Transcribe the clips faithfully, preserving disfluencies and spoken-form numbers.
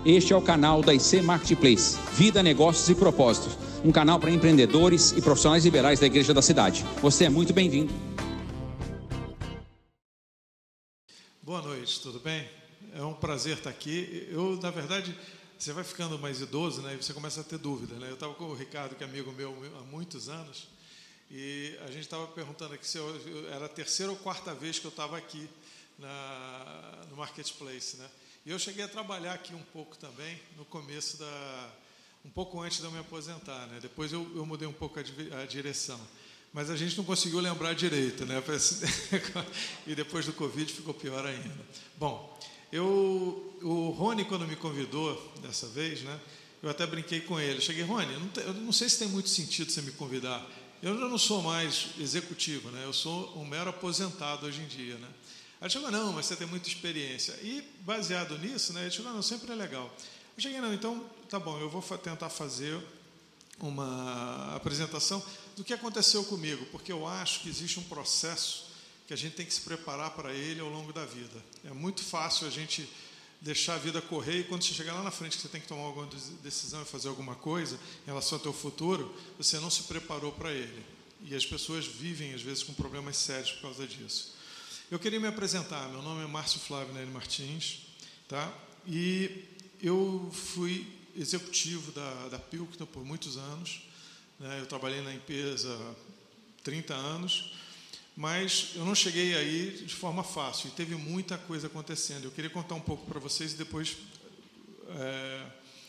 Este é o canal da I C Marketplace, Vida, Negócios e Propósitos, um canal para empreendedores e profissionais liberais da Igreja da Cidade. Você é muito bem-vindo. Boa noite, tudo bem? É um prazer estar aqui. Eu, na verdade, você vai ficando mais idoso, né? E você começa a ter dúvida, né? Eu estava com o Ricardo, que é amigo meu há muitos anos, e a gente estava perguntando aqui se eu, era a terceira ou quarta vez que eu estava aqui na, no Marketplace, né? E eu cheguei a trabalhar aqui um pouco também, no começo da... um pouco antes de eu me aposentar, né? Depois eu, eu mudei um pouco a, a direção. Mas a gente não conseguiu lembrar direito, né? E depois do Covid ficou pior ainda. Bom, eu, o Rony, quando me convidou dessa vez, né? Eu até brinquei com ele. Eu cheguei, Rony, eu não, te, eu não sei se tem muito sentido você me convidar. Eu já não sou mais executivo, né? Eu sou um mero aposentado hoje em dia, né? Aí ele chegou, não, mas você tem muita experiência. E, baseado nisso, né, ele chegou, não, sempre é legal. Eu cheguei, não, então, tá bom, eu vou tentar fazer uma apresentação do que aconteceu comigo, porque eu acho que existe um processo que a gente tem que se preparar para ele ao longo da vida. É muito fácil a gente deixar a vida correr e quando você chegar lá na frente que você tem que tomar alguma decisão e fazer alguma coisa em relação ao teu futuro, você não se preparou para ele. E as pessoas vivem, às vezes, com problemas sérios por causa disso. Eu queria me apresentar. Meu nome é Márcio Flávio Nery Martins, tá? E eu fui executivo da, da Pilkington por muitos anos, né? Eu trabalhei na empresa há trinta anos, mas eu não cheguei aí de forma fácil, e teve muita coisa acontecendo. Eu queria contar um pouco para vocês e depois é,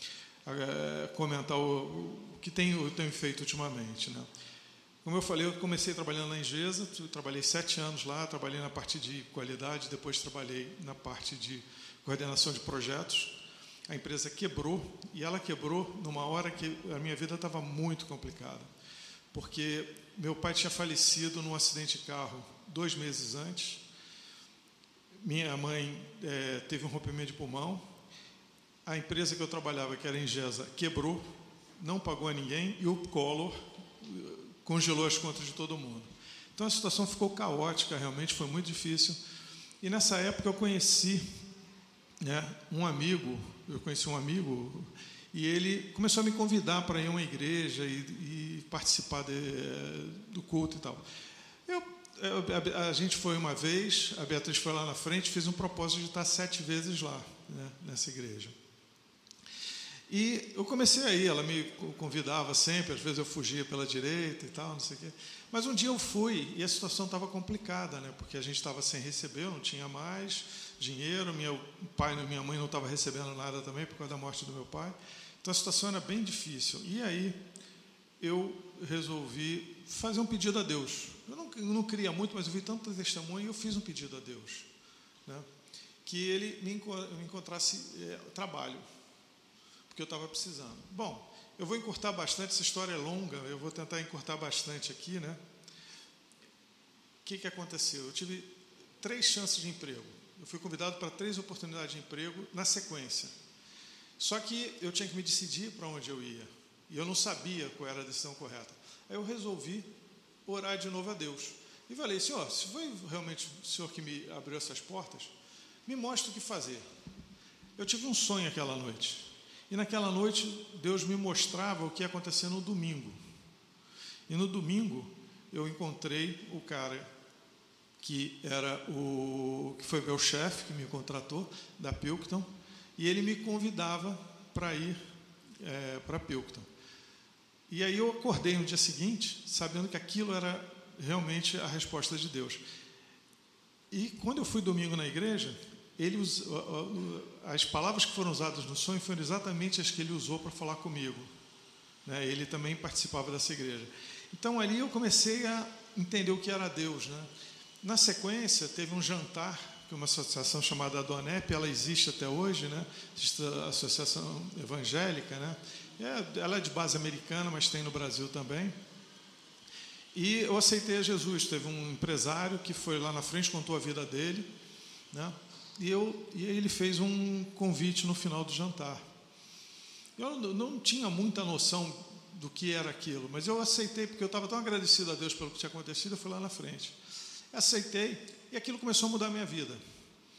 é, comentar o, o que tenho, eu tenho feito ultimamente, né? Como eu falei, eu comecei trabalhando na Engesa, trabalhei sete anos lá, trabalhei na parte de qualidade, depois trabalhei na parte de coordenação de projetos. A empresa quebrou, e ela quebrou numa hora que a minha vida estava muito complicada, porque meu pai tinha falecido num acidente de carro dois meses antes, minha mãe é, teve um rompimento de pulmão, a empresa que eu trabalhava, que era a Engesa, quebrou, não pagou a ninguém, e o Collor congelou as contas de todo mundo. Então a situação ficou caótica, realmente foi muito difícil. E nessa época eu conheci, né, um amigo, eu conheci um amigo, e ele começou a me convidar para ir a uma igreja e, e participar de, do culto e tal. Eu, a, a gente foi uma vez, a Beatriz foi lá na frente, fez um propósito de estar sete vezes lá, né, nessa igreja. E eu comecei aí, ela me convidava sempre, às vezes eu fugia pela direita e tal, não sei o quê. Mas um dia eu fui e a situação estava complicada, né? Porque a gente estava sem receber, eu não tinha mais dinheiro, meu pai e minha mãe não estavam recebendo nada também por causa da morte do meu pai. Então a situação era bem difícil. E aí eu resolvi fazer um pedido a Deus. Eu não, eu não queria muito, mas eu vi tanto testemunho e eu fiz um pedido a Deus, né? Que ele me, me encontrasse é, trabalho, que eu estava precisando. Bom, eu vou encurtar bastante, essa história é longa, eu vou tentar encurtar bastante aqui, né? O que, que aconteceu? Eu tive três chances de emprego. Eu fui convidado para três oportunidades de emprego na sequência. Só que eu tinha que me decidir para onde eu ia. E eu não sabia qual era a decisão correta. Aí eu resolvi orar de novo a Deus. E falei, Senhor, se foi realmente o Senhor que me abriu essas portas, me mostra o que fazer. Eu tive um sonho aquela noite. E naquela noite, Deus me mostrava o que ia acontecer no domingo. E no domingo, eu encontrei o cara que era o que foi meu chefe, que me contratou, da Pilkington, e ele me convidava para ir é, para a Pilkington. E aí eu acordei no dia seguinte, sabendo que aquilo era realmente a resposta de Deus. E quando eu fui domingo na igreja, ele, as palavras que foram usadas no sonho foram exatamente as que ele usou para falar comigo, né? Ele também participava dessa igreja. Então, ali eu comecei a entender o que era Deus, né? Na sequência, teve um jantar, que uma associação chamada Adonep, ela existe até hoje, né? A Associação Evangélica, né? Ela é de base americana, mas tem no Brasil também. E eu aceitei a Jesus. Teve um empresário que foi lá na frente, contou a vida dele, né? E, eu, e ele fez um convite no final do jantar. Eu não, não tinha muita noção do que era aquilo, mas eu aceitei, porque eu estava tão agradecido a Deus pelo que tinha acontecido, eu fui lá na frente. Aceitei, e aquilo começou a mudar a minha vida.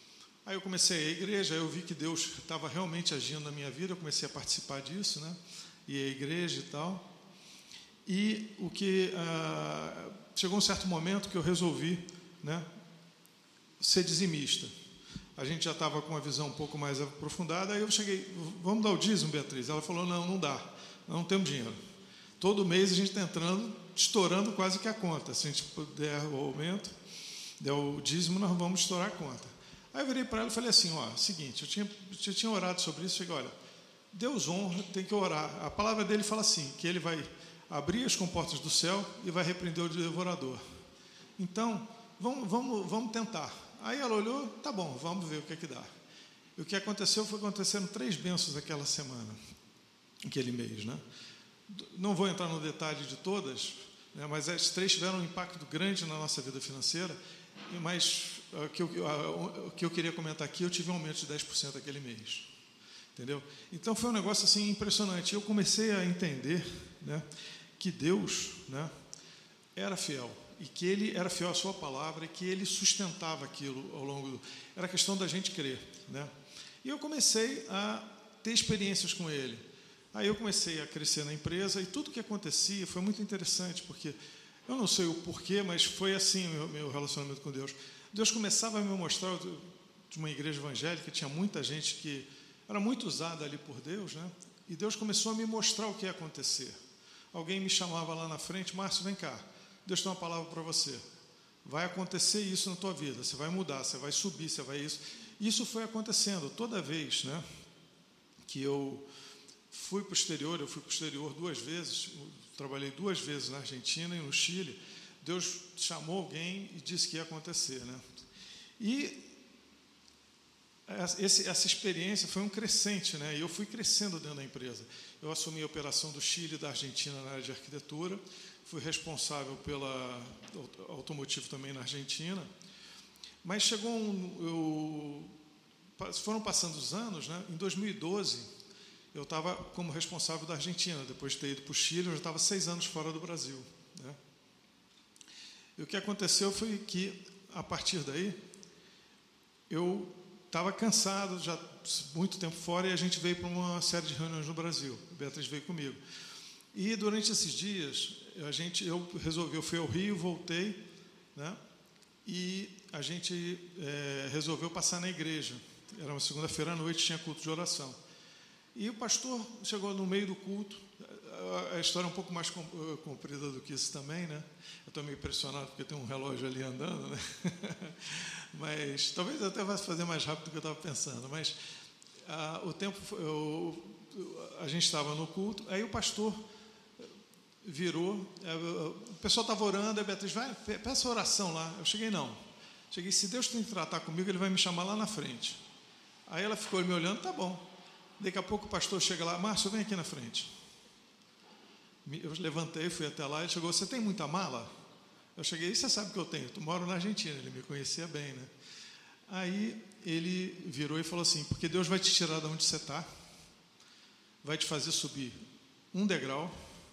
Aí eu comecei a ir à igreja, aí eu vi que Deus estava realmente agindo na minha vida, eu comecei a participar disso, né? Ir à igreja e tal. E o que ah, chegou um certo momento que eu resolvi, né, ser dizimista. A gente já estava com uma visão um pouco mais aprofundada, aí eu cheguei, vamos dar o dízimo, Beatriz? Ela falou, não, não dá, não temos dinheiro. Todo mês a gente está entrando, estourando quase que a conta. Se a gente der o aumento, der o dízimo, nós vamos estourar a conta. Aí eu virei para ela e falei assim, ó, seguinte, eu tinha, eu tinha orado sobre isso, cheguei, olha, Deus honra, tem que orar. A palavra dele fala assim, que ele vai abrir as comportas do céu e vai repreender o devorador. Então, vamos, vamos, vamos tentar. Aí ela olhou, tá bom, vamos ver o que é que dá. E o que aconteceu foi acontecendo três bênçãos aquela semana, aquele mês, né? Não vou entrar no detalhe de todas, né, mas as três tiveram um impacto grande na nossa vida financeira, mas o que eu, o que eu queria comentar aqui, eu tive um aumento de dez por cento aquele mês. Entendeu? Então foi um negócio assim impressionante. Eu comecei a entender, né, que Deus, né, era fiel e que Ele era fiel à sua palavra e que Ele sustentava aquilo ao longo do... Era questão da gente crer, né? E eu comecei a ter experiências com Ele. Aí eu comecei a crescer na empresa e tudo que acontecia foi muito interessante, porque eu não sei o porquê, mas foi assim o meu, meu relacionamento com Deus. Deus começava a me mostrar de uma igreja evangélica, tinha muita gente que era muito usada ali por Deus, né? E Deus começou a me mostrar o que ia acontecer. Alguém me chamava lá na frente, Márcio, vem cá, Deus tem uma palavra para você. Vai acontecer isso na tua vida, você vai mudar, você vai subir, você vai isso. Isso foi acontecendo toda vez, né, que eu fui para o exterior, eu fui para o exterior duas vezes, trabalhei duas vezes na Argentina e no Chile. Deus chamou alguém e disse que ia acontecer, né? E esse, essa experiência foi um crescente, né? E eu fui crescendo dentro da empresa. Eu assumi a operação do Chile e da Argentina na área de arquitetura, fui responsável pela automotivo também na Argentina. Mas chegou um... Eu, foram passando os anos, né? Em dois mil e doze, eu estava como responsável da Argentina. Depois de ter ido para o Chile, eu já estava seis anos fora do Brasil, né? E o que aconteceu foi que, a partir daí, eu estava cansado, já muito tempo fora, e a gente veio para uma série de reuniões no Brasil. A Beatriz veio comigo. E, durante esses dias, a gente, eu resolvi, eu fui ao Rio, voltei, né? E a gente é, resolveu passar na igreja. Era uma segunda-feira à noite, tinha culto de oração. E o pastor chegou no meio do culto. A história é um pouco mais comprida do que isso também, né? Eu estou meio impressionado porque tem um relógio ali andando, né? Mas talvez até vá fazer mais rápido do que eu estava pensando. Mas ah, o tempo, eu, a gente estava no culto, aí o pastor virou, o pessoal estava orando, a Beatriz, vai, peça oração lá. Eu cheguei, não. Cheguei, se Deus tem que tratar comigo, Ele vai me chamar lá na frente. Aí ela ficou me olhando, tá bom. Daqui a pouco o pastor chega lá, Márcio, vem aqui na frente. Eu levantei, fui até lá, ele chegou, você tem muita mala? Eu cheguei, você sabe que eu tenho, eu moro na Argentina, ele me conhecia bem, né? Aí ele virou e falou assim, porque Deus vai te tirar de onde você está, vai te fazer subir um degrau,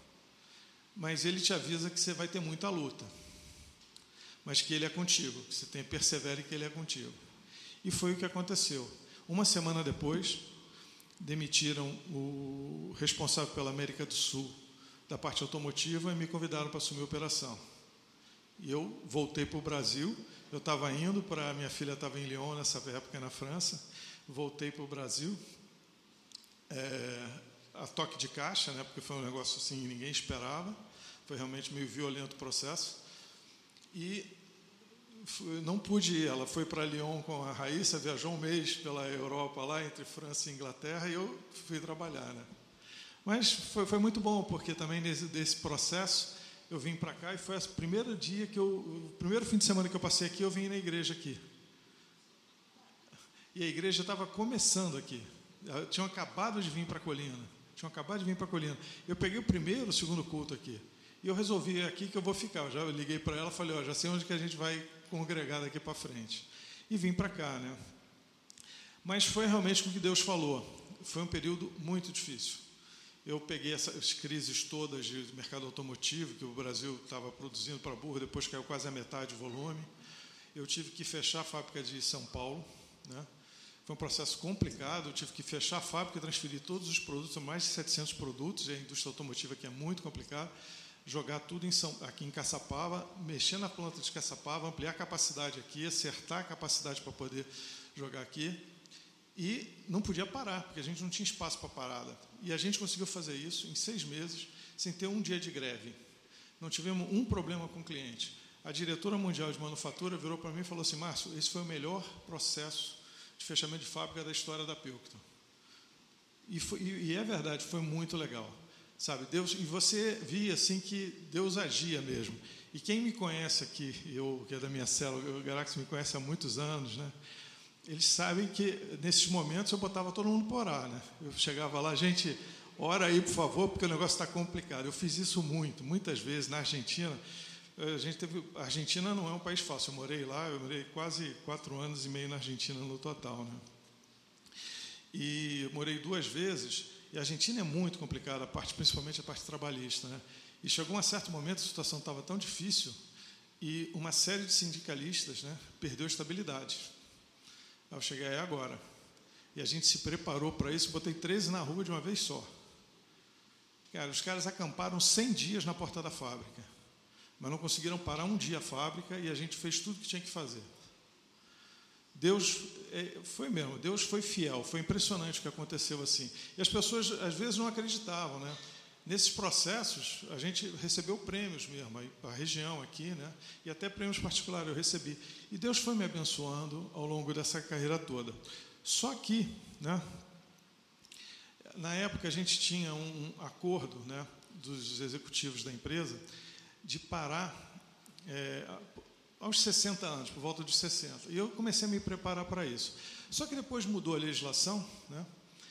mas Ele te avisa que você vai ter muita luta, mas que Ele é contigo, que você tem persevere que Ele é contigo. E foi o que aconteceu. Uma semana depois, demitiram o responsável pela América do Sul, da parte automotiva, e me convidaram para assumir a operação. E eu voltei para o Brasil, eu estava indo para... Minha filha estava em Lyon, nessa época, na França, voltei para o Brasil, é, a toque de caixa, né, porque foi um negócio assim que ninguém esperava, foi realmente meio violento o processo, e fui, não pude ir. Ela foi para Lyon com a Raíssa, viajou um mês pela Europa, lá entre França e Inglaterra, e eu fui trabalhar, né? Mas foi, foi muito bom, porque também nesse desse processo eu vim para cá e foi o primeiro dia que eu, o primeiro fim de semana que eu passei aqui, eu vim na igreja aqui. E a igreja estava começando aqui. Tinham acabado de vir para a Colina. Tinham acabado de vir para a Colina. Eu peguei o primeiro, o segundo culto aqui. E eu resolvi aqui que eu vou ficar. Eu já liguei para ela e falei, ó, já sei onde que a gente vai congregar daqui para frente. E vim para cá, né? Mas foi realmente o que Deus falou. Foi um período muito difícil. Eu peguei essas crises todas de mercado automotivo, que o Brasil estava produzindo para burro, depois caiu quase a metade do volume. Eu tive que fechar a fábrica de São Paulo, né? Foi um processo complicado, eu tive que fechar a fábrica, transferir todos os produtos, mais de setecentos produtos, e a indústria automotiva aqui é muito complicada, jogar tudo em São, aqui em Caçapava, mexer na planta de Caçapava, ampliar a capacidade aqui, acertar a capacidade para poder jogar aqui, e não podia parar, porque a gente não tinha espaço para parada. E a gente conseguiu fazer isso em seis meses, sem ter um dia de greve. Não tivemos um problema com o cliente. A diretora mundial de manufatura virou para mim e falou assim: Márcio, esse foi o melhor processo de fechamento de fábrica da história da Pilkington. E, foi, e é verdade, foi muito legal. Sabe, Deus, e você via assim que Deus agia mesmo. E quem me conhece aqui, eu que é da minha célula, o Garax me conhece há muitos anos, né? Eles sabem que nesses momentos eu botava todo mundo para orar, né? Eu chegava lá, gente, ora aí, por favor, porque o negócio está complicado. Eu fiz isso muito, muitas vezes na Argentina. A gente teve, a Argentina não é um país fácil. Eu morei lá, eu morei quase quatro anos e meio na Argentina no total, né? E eu morei duas vezes. E a Argentina é muito complicada, a parte, principalmente a parte trabalhista, né? E chegou a um certo momento, a situação estava tão difícil e uma série de sindicalistas, né, perdeu a estabilidade. Aí eu cheguei aí agora. E a gente se preparou para isso, botei treze na rua de uma vez só. Cara, os caras acamparam cem dias na porta da fábrica, mas não conseguiram parar um dia a fábrica e a gente fez tudo o que tinha que fazer. Deus foi mesmo, Deus foi fiel, foi impressionante o que aconteceu assim. E as pessoas, às vezes, não acreditavam, né? Nesses processos, a gente recebeu prêmios mesmo, a região aqui, né? E até prêmios particulares eu recebi. E Deus foi me abençoando ao longo dessa carreira toda. Só que, né, na época, a gente tinha um acordo, né, dos executivos da empresa de parar é, aos sessenta anos, por volta de sessenta. E eu comecei a me preparar para isso. Só que depois mudou a legislação, né?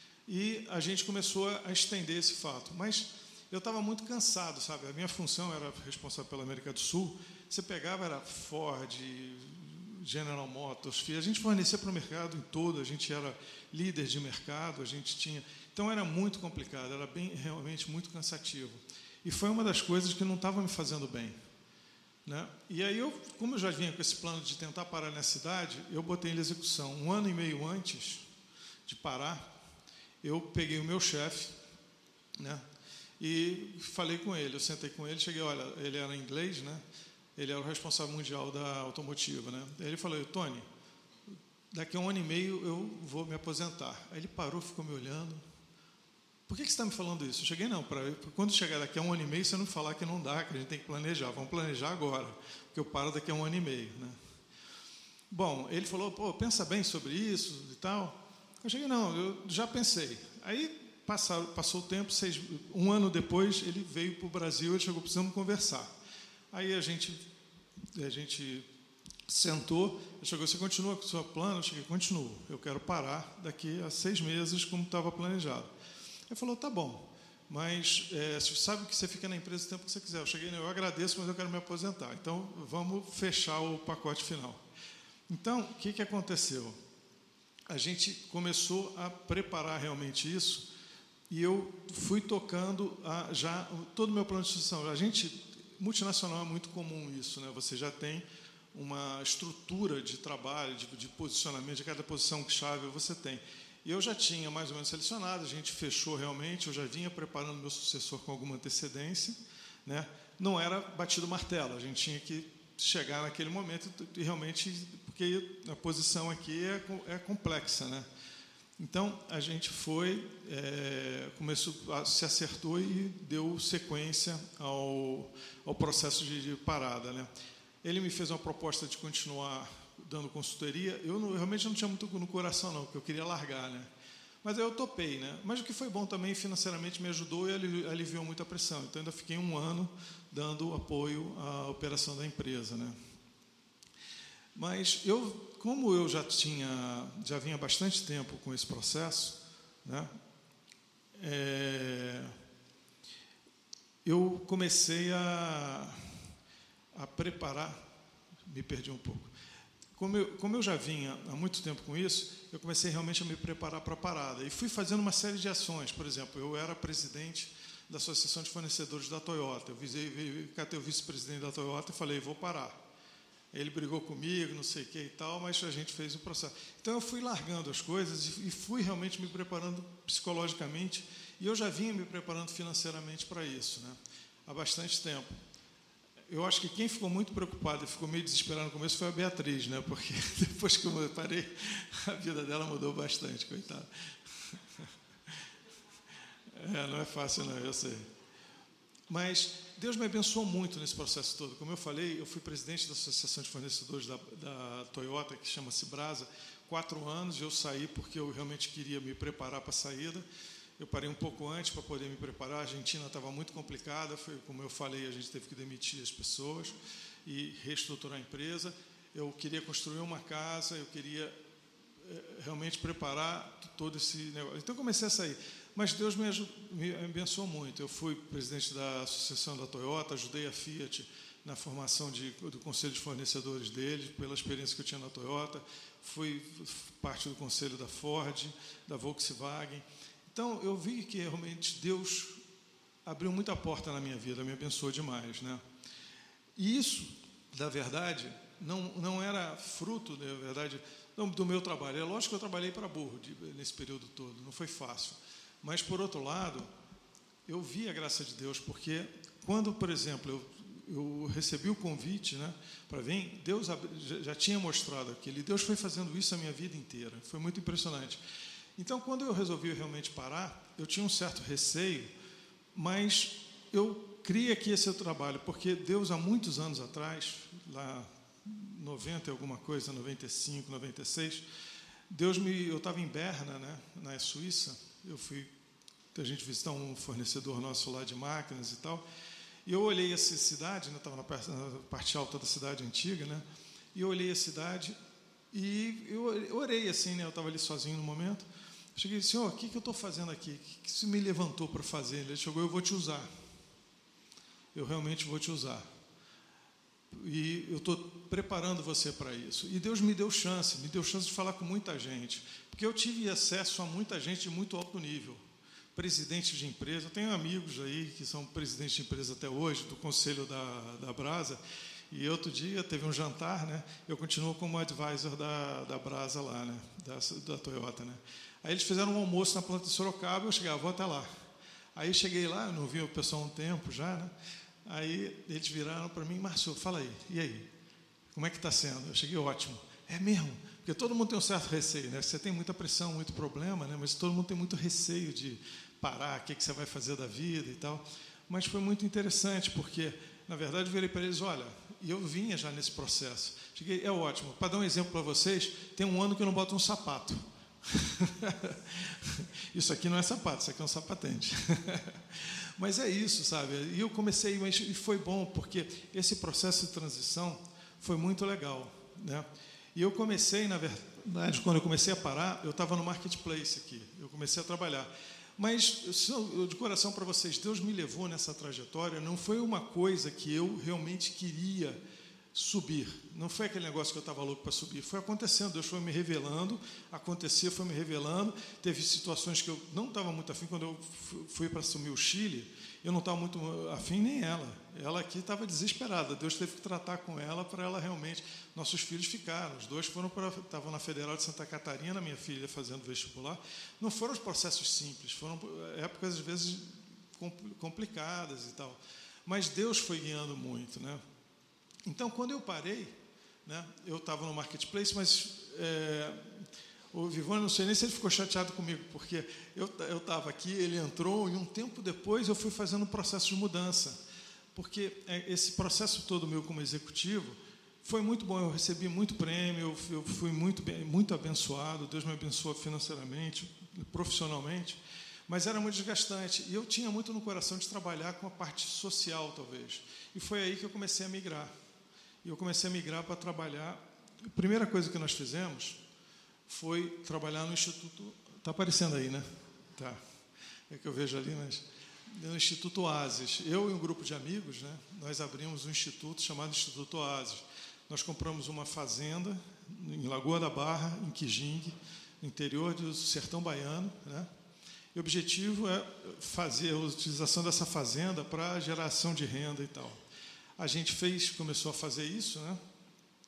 E a gente começou a estender esse fato. Mas eu estava muito cansado, sabe? A minha função era responsável pela América do Sul. Você pegava, era Ford, General Motors, a gente fornecia para o mercado em todo, a gente era líder de mercado, a gente tinha... Então, era muito complicado, era bem, realmente muito cansativo. E foi uma das coisas que não estava me fazendo bem, né? E aí, eu, como eu já vinha com esse plano de tentar parar na cidade, eu botei em execução. Um ano e meio antes de parar, eu peguei o meu chefe, né, e falei com ele. Eu sentei com ele, cheguei, olha, ele era inglês, né? Ele era o responsável mundial da automotiva, né? Aí ele falou: Tony, daqui a um ano e meio eu vou me aposentar. Aí ele parou, ficou me olhando. Por que você está me falando isso? Eu cheguei, não, para quando chegar daqui a um ano e meio, você não falar que não dá, que a gente tem que planejar. Vamos planejar agora, porque eu paro daqui a um ano e meio, né? Bom, ele falou: pô, pensa bem sobre isso e tal. Eu cheguei, não, eu já pensei. Aí passou, passou o tempo, seis, um ano depois, ele veio para o Brasil, ele chegou, precisamos conversar. Aí a gente, a gente sentou, ele chegou: você continua com o seu plano? Eu cheguei: continuo, eu quero parar daqui a seis meses, como estava planejado. Ele falou: tá bom, mas é, você sabe que você fica na empresa o tempo que você quiser. Eu cheguei, eu agradeço, mas eu quero me aposentar. Então, vamos fechar o pacote final. Então, o que, que aconteceu? A gente começou a preparar realmente isso e eu fui tocando a, já todo o meu plano de sucessão. A gente, multinacional, é muito comum isso, né? Você já tem uma estrutura de trabalho, de, de posicionamento, de cada posição chave você tem. E eu já tinha mais ou menos selecionado, a gente fechou realmente, eu já vinha preparando meu sucessor com alguma antecedência, né? Não era batido martelo, a gente tinha que chegar naquele momento e realmente, porque a posição aqui é, é complexa, né? Então, a gente foi, é, começou, se acertou e deu sequência ao, ao processo de, de parada, né? Ele me fez uma proposta de continuar dando consultoria. Eu, não, eu realmente não tinha muito no coração, não, porque eu queria largar, né? Mas aí eu topei, né? Mas o que foi bom também, financeiramente, me ajudou e aliviou muita pressão. Então, ainda fiquei um ano dando apoio à operação da empresa, né? Mas eu, como eu já tinha, já vinha bastante tempo com esse processo, né? É, eu comecei a, a preparar, me perdi um pouco. Como eu, como eu já vinha há muito tempo com isso, eu comecei realmente a me preparar para a parada. E fui fazendo uma série de ações. Por exemplo, eu era presidente da Associação de Fornecedores da Toyota. Eu visei, catei o vice-presidente da Toyota e falei: vou parar. ele brigou comigo, não sei o que e tal, mas a gente fez o processo. Então, eu fui largando as coisas e fui realmente me preparando psicologicamente, e eu já vinha me preparando financeiramente para isso, né? Há bastante tempo. Eu acho que quem ficou muito preocupado e ficou meio desesperado no começo foi a Beatriz, né? Porque depois que eu parei, a vida dela mudou bastante, coitada. É, não é fácil, não, eu sei. Mas Deus me abençoou muito nesse processo todo. Como eu falei, eu fui presidente da Associação de Fornecedores da, da Toyota, que chama-se Brasa, quatro anos, e eu saí porque eu realmente queria me preparar para a saída. Eu parei um pouco antes para poder me preparar. A Argentina estava muito complicada, foi, como eu falei, a gente teve que demitir as pessoas e reestruturar a empresa. Eu queria construir uma casa, eu queria realmente preparar todo esse negócio. Então, eu comecei a sair. Mas Deus me, me abençoou muito. Eu fui presidente da Associação da Toyota, ajudei a Fiat na formação de, do Conselho de Fornecedores deles, pela experiência que eu tinha na Toyota. Fui parte do Conselho da Ford, da Volkswagen. Então, eu vi que realmente Deus abriu muita porta na minha vida, me abençoou demais, né? E isso, na verdade, não, não era fruto, na verdade, do meu trabalho. É lógico que eu trabalhei para burro nesse período todo, não foi fácil. Mas, por outro lado, eu vi a graça de Deus, porque quando, por exemplo, eu, eu recebi o convite, né, para vir, Deus já tinha mostrado aquilo, e Deus foi fazendo isso a minha vida inteira. Foi muito impressionante. Então, quando eu resolvi realmente parar, eu tinha um certo receio, mas eu cria que esse é o trabalho, porque Deus, há muitos anos atrás, lá em noventa alguma coisa, noventa e cinco, noventa e seis, Deus me, eu estava em Berna, né, na Suíça. Eu fui a gente visitar um fornecedor nosso lá de máquinas e tal, e eu olhei essa cidade, né, estava na parte, na parte alta da cidade antiga, né, e eu olhei a cidade e eu orei assim, né, eu estava ali sozinho no momento. Eu cheguei e disse: Senhor, o que, que eu estou fazendo aqui? O que, que isso me levantou para fazer? Ele chegou: eu vou te usar. Eu realmente vou te usar. E eu estou preparando você para isso. E Deus me deu chance, me deu chance de falar com muita gente, porque eu tive acesso a muita gente de muito alto nível, presidentes de empresa. Eu tenho amigos aí que são presidentes de empresa até hoje, do conselho da, da Brasa, e outro dia teve um jantar, né? Eu continuo como advisor da, da Brasa lá, né? da, da Toyota, né? Aí eles fizeram um almoço na planta de Sorocaba, eu cheguei: ah, vou até lá. Aí cheguei lá, não vi o pessoal há um tempo já, né? Aí eles viraram para mim: Márcio, fala aí, e aí? Como é que está sendo? Eu cheguei: ótimo. É mesmo? Porque todo mundo tem um certo receio, né? Você tem muita pressão, muito problema, né? Mas todo mundo tem muito receio de parar, o que, que você vai fazer da vida e tal. Mas foi muito interessante, porque, na verdade, eu virei para eles: olha, e eu vinha já nesse processo. Cheguei: é ótimo. Para dar um exemplo para vocês, tem um ano que eu não boto um sapato. Isso aqui não é sapato, isso aqui é um sapatente. Mas é isso, sabe? E eu comecei, mas e foi bom, porque esse processo de transição foi muito legal, né? E eu comecei, na verdade, quando eu comecei a parar, eu estava no marketplace aqui, eu comecei a trabalhar. Mas, eu, de coração para vocês, Deus me levou nessa trajetória, não foi uma coisa que eu realmente queria subir, não foi aquele negócio que eu estava louco para subir, foi acontecendo, Deus foi me revelando, acontecia, foi me revelando. Teve situações que eu não estava muito afim. Quando eu fui para assumir o Chile, eu não estava muito afim, nem ela, ela aqui estava desesperada. Deus teve que tratar com ela para ela realmente, nossos filhos ficaram, os dois foram para, estavam na Federal de Santa Catarina, minha filha fazendo vestibular. Não foram os processos simples, foram épocas às vezes complicadas e tal, mas Deus foi guiando muito, né? Então, quando eu parei, né, eu estava no marketplace, mas é, o Vivone, não sei nem se ele ficou chateado comigo, porque eu estava aqui, ele entrou, e um tempo depois eu fui fazendo um processo de mudança, porque esse processo todo meu como executivo foi muito bom. Eu recebi muito prêmio, eu fui muito, muito abençoado, Deus me abençoou financeiramente, profissionalmente, mas era muito desgastante, e eu tinha muito no coração de trabalhar com a parte social, talvez, e foi aí que eu comecei a migrar. E eu comecei a migrar para trabalhar. A primeira coisa que nós fizemos foi trabalhar no Instituto... Está aparecendo aí, né? Tá. É que eu vejo ali, mas... No Instituto Oasis. Eu e um grupo de amigos, né, nós abrimos um instituto chamado Instituto Oasis. Nós compramos uma fazenda em Lagoa da Barra, em Quijingue, no interior do sertão baiano, né? E o objetivo é fazer a utilização dessa fazenda para geração de renda e tal. A gente fez, começou a fazer isso, né?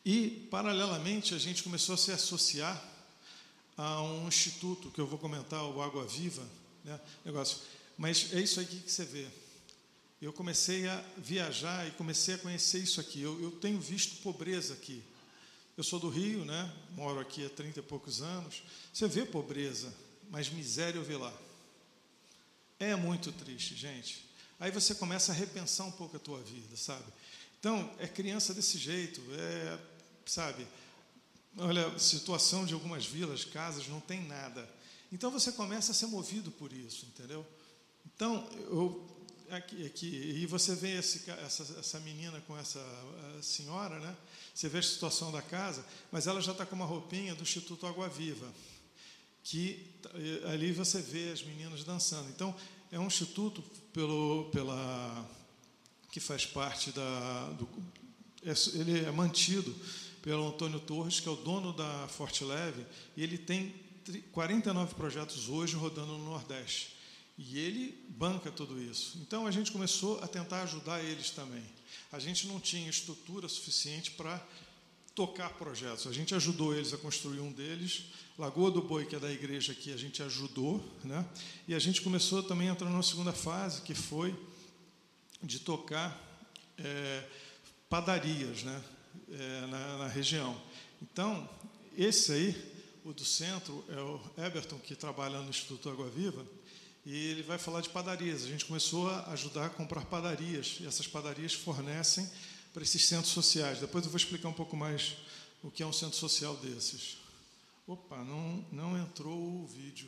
E, paralelamente, a gente começou a se associar a um instituto, que eu vou comentar, o Água Viva, né, negócio. Mas é isso aqui que você vê. Eu comecei a viajar e comecei a conhecer isso aqui. Eu, eu tenho visto pobreza aqui. Eu sou do Rio, né, moro aqui há trinta e poucos anos. Você vê pobreza, mas miséria eu vi lá. É muito triste, gente. Aí você começa a repensar um pouco a tua vida, sabe? Então, é criança desse jeito, é, sabe? Olha, situação de algumas vilas, casas, não tem nada. Então, você começa a ser movido por isso, entendeu? Então, eu, aqui, aqui e você vê esse, essa, essa menina com essa senhora, né? Você vê a situação da casa, mas ela já está com uma roupinha do Instituto Água Viva, que ali você vê as meninas dançando. Então, é um instituto pelo, pela, que faz parte da... Do, ele é mantido pelo Antônio Torres, que é o dono da Forte Leve, e ele tem quarenta e nove projetos hoje rodando no Nordeste. E ele banca tudo isso. Então, a gente começou a tentar ajudar eles também. A gente não tinha estrutura suficiente para tocar projetos. A gente ajudou eles a construir um deles. Lagoa do Boi, que é da igreja aqui, a gente ajudou, né? E a gente começou também a entrar numa segunda fase, que foi de tocar é, padarias, né? É, na, na região. Então, esse aí, o do centro, é o Eberton, que trabalha no Instituto Água Viva, e ele vai falar de padarias. A gente começou a ajudar a comprar padarias, e essas padarias fornecem para esses centros sociais. Depois eu vou explicar um pouco mais o que é um centro social desses. Opa, não, não entrou o vídeo.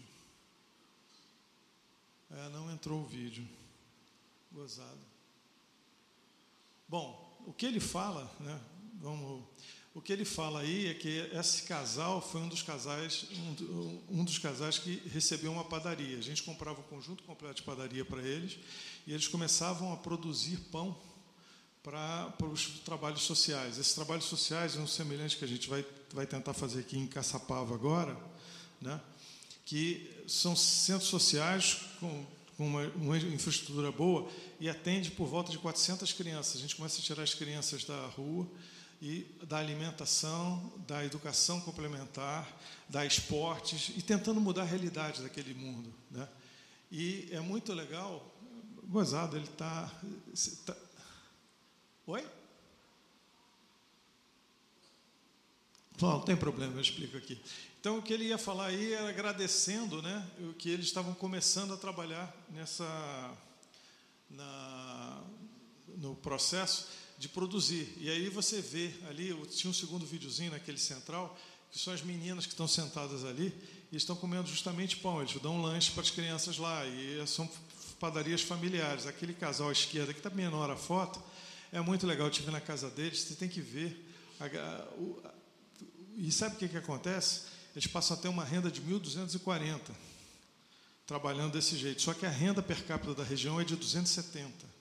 É, não entrou o vídeo. Gozado. Bom, o que ele fala, né? Vamos, o que ele fala aí é que esse casal foi um dos casais, um, um dos casais que recebeu uma padaria. A gente comprava um conjunto completo de padaria para eles e eles começavam a produzir pão para, para os trabalhos sociais. Esses trabalhos sociais é um semelhante que a gente vai, vai tentar fazer aqui em Caçapava agora, né? Que são centros sociais com, com uma, uma infraestrutura boa e atende por volta de quatrocentas crianças. A gente começa a tirar as crianças da rua e da alimentação, da educação complementar, da esportes, e tentando mudar a realidade daquele mundo, né? E é muito legal. Gozado, ele está... Tá... Oi? Não, não tem problema, eu explico aqui. Então, o que ele ia falar aí era agradecendo, né, o que eles estavam começando a trabalhar nessa, na, no processo de produzir. E aí você vê ali, tinha um segundo videozinho naquele central, que são as meninas que estão sentadas ali e estão comendo justamente pão. Eles dão um lanche para as crianças lá, e são padarias familiares. Aquele casal à esquerda, que está menor a foto, é muito legal. Eu estive na casa deles, você tem que ver. A, a, o, a, e sabe o que, que acontece? Eles passam a ter uma renda de mil duzentos e quarenta, trabalhando desse jeito. Só que a renda per capita da região é de duzentos e setenta.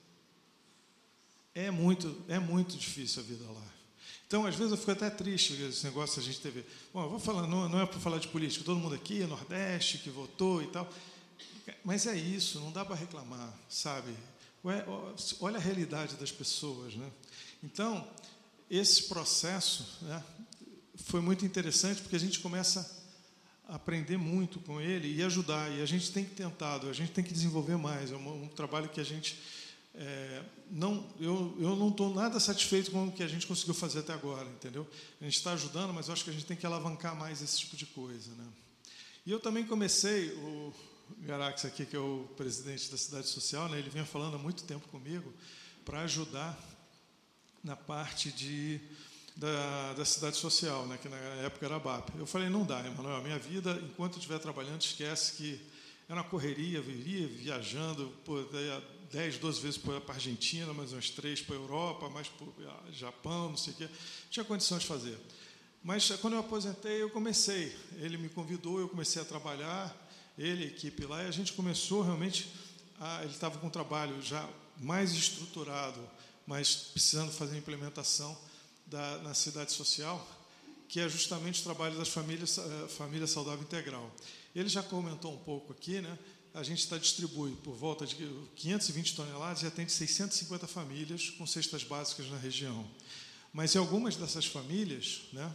É muito, é muito difícil a vida lá. Então, às vezes, eu fico até triste com esse negócio a gente teve. Bom, eu vou falar, não, não é para falar de política, todo mundo aqui, Nordeste, que votou e tal. Mas é isso, não dá para reclamar, sabe? Olha a realidade das pessoas, né? Então, esse processo, né, foi muito interessante, porque a gente começa a aprender muito com ele e ajudar. E a gente tem que tentado, a gente tem que desenvolver mais. É um, um trabalho que a gente... É, não, eu, eu não estou nada satisfeito com o que a gente conseguiu fazer até agora, entendeu? A gente está ajudando, mas eu acho que a gente tem que alavancar mais esse tipo de coisa, né? E eu também comecei, o Garax aqui, que é o presidente da Cidade Social, né, ele vinha falando há muito tempo comigo para ajudar na parte de, da, da Cidade Social, né, que na época era a B A P. Eu falei, não dá, Emanuel, a minha vida, enquanto eu estiver trabalhando, esquece que era uma correria, viria viajando por dez, doze vezes para a Argentina, mais umas três para a Europa, mais para o Japão, não sei o quê. Tinha condição de fazer. Mas, quando eu aposentei, eu comecei. Ele me convidou, eu comecei a trabalhar, ele, a equipe lá, e a gente começou realmente... A, ele estava com um trabalho já mais estruturado, mas precisando fazer a implementação da, na cidade social, que é justamente o trabalho das famílias, família saudável integral. Ele já comentou um pouco aqui, né? A gente está distribui por volta de quinhentas e vinte toneladas e atende seiscentas e cinquenta famílias com cestas básicas na região. Mas em algumas dessas famílias, né,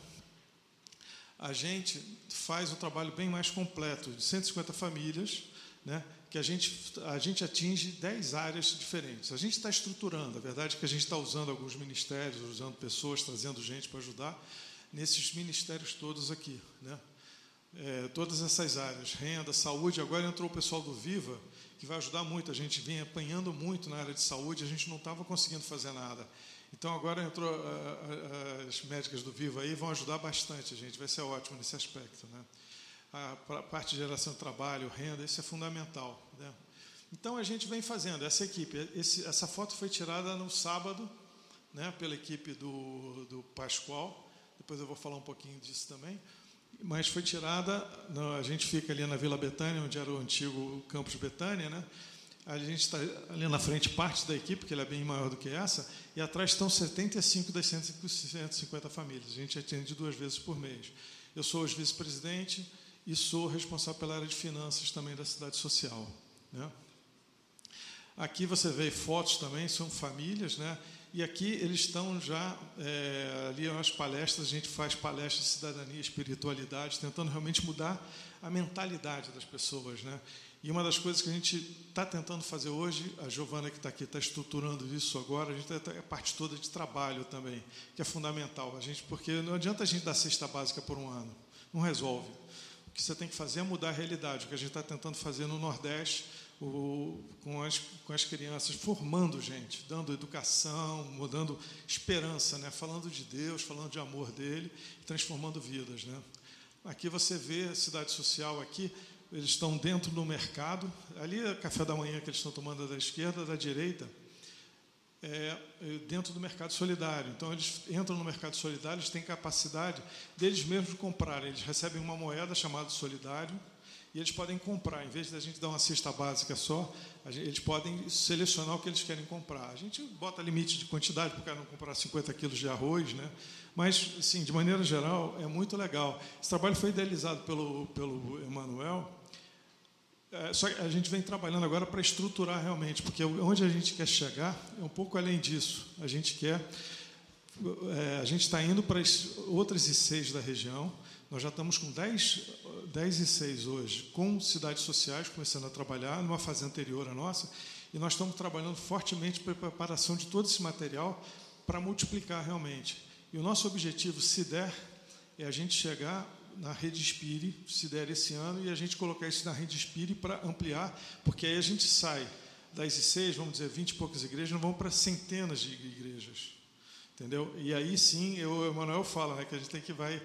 a gente faz um trabalho bem mais completo, de cento e cinquenta famílias, né, que a gente, a gente atinge dez áreas diferentes. A gente está estruturando, a verdade é que a gente está usando alguns ministérios, usando pessoas, trazendo gente para ajudar nesses ministérios todos aqui, né? É, todas essas áreas, renda, saúde. Agora entrou o pessoal do Viva, que vai ajudar muito. A gente vinha apanhando muito na área de saúde, a gente não estava conseguindo fazer nada. Então, agora entrou a, a, as médicas do Viva aí, vão ajudar bastante a gente, vai ser ótimo nesse aspecto, né? A parte de geração de trabalho, renda, isso é fundamental, né? Então, a gente vem fazendo, essa equipe, esse, essa foto foi tirada no sábado, né, pela equipe do, do Pascoal, depois eu vou falar um pouquinho disso também, mas foi tirada, a gente fica ali na Vila Betânia, onde era o antigo campus Betânia, né? A gente está ali na frente, parte da equipe, que ela é bem maior do que essa, e atrás estão setenta e cinco das cento e cinquenta famílias. A gente atende duas vezes por mês. Eu sou hoje vice-presidente e sou responsável pela área de finanças também da cidade social, né? Aqui você vê fotos também, são famílias, né? E aqui eles estão já, é, ali nas palestras, a gente faz palestras de cidadania, espiritualidade, tentando realmente mudar a mentalidade das pessoas, né? E uma das coisas que a gente está tentando fazer hoje, a Giovana que está aqui está estruturando isso agora, a gente está a parte toda de trabalho também, que é fundamental, a gente, porque não adianta a gente dar cesta básica por um ano, não resolve. O que você tem que fazer é mudar a realidade, o que a gente está tentando fazer no Nordeste, o, com, as, com as crianças, formando gente, dando educação, mudando esperança, né? Falando de Deus, falando de amor dele, transformando vidas, né? Aqui você vê a cidade social aqui, eles estão dentro do mercado, ali é o café da manhã que eles estão tomando da esquerda, da direita, é, dentro do mercado solidário. Então, eles entram no mercado solidário, eles têm capacidade deles mesmos comprarem. Eles recebem uma moeda chamada solidário e eles podem comprar. Em vez da gente dar uma cesta básica só, a gente, eles podem selecionar o que eles querem comprar. A gente bota limite de quantidade para o cara não comprar cinquenta quilos de arroz, né? Mas, assim, de maneira geral, é muito legal. Esse trabalho foi idealizado pelo, pelo Emanuel. É, só que a gente vem trabalhando agora para estruturar realmente, porque onde a gente quer chegar é um pouco além disso. A gente quer, é, a gente está indo para as outras I Cs da região. Nós já estamos com dez, dez I Cs hoje, com cidades sociais começando a trabalhar, numa fase anterior à nossa, e nós estamos trabalhando fortemente para a preparação de todo esse material para multiplicar realmente. E o nosso objetivo, se der, é a gente chegar na Rede Spire, se der esse ano, e a gente colocar isso na Rede Spire para ampliar, porque aí a gente sai das I Cs, vamos dizer, vinte e poucas igrejas, não vão para centenas de igrejas, entendeu? E aí sim, eu, o Emanuel fala, né, que a gente tem que vai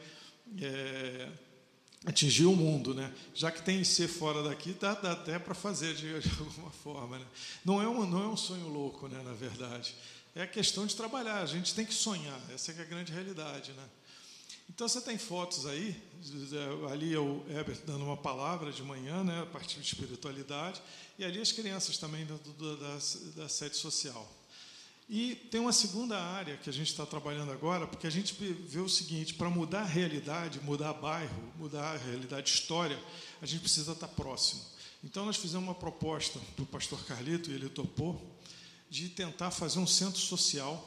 é, atingir o mundo, né? Já que tem I C fora daqui, dá, dá até para fazer de, de alguma forma, né? Não é um, não é um sonho louco, né, na verdade. É a questão de trabalhar, a gente tem que sonhar, essa é, que é a grande realidade, né? Então, você tem fotos aí, ali é o Herbert dando uma palavra de manhã, né, a partir de espiritualidade, e ali as crianças também da, da, da sede social. E tem uma segunda área que a gente está trabalhando agora, porque a gente vê o seguinte, para mudar a realidade, mudar bairro, mudar a realidade, história, a gente precisa estar próximo. Então, nós fizemos uma proposta para o pastor Carlito, e ele topou, de tentar fazer um centro social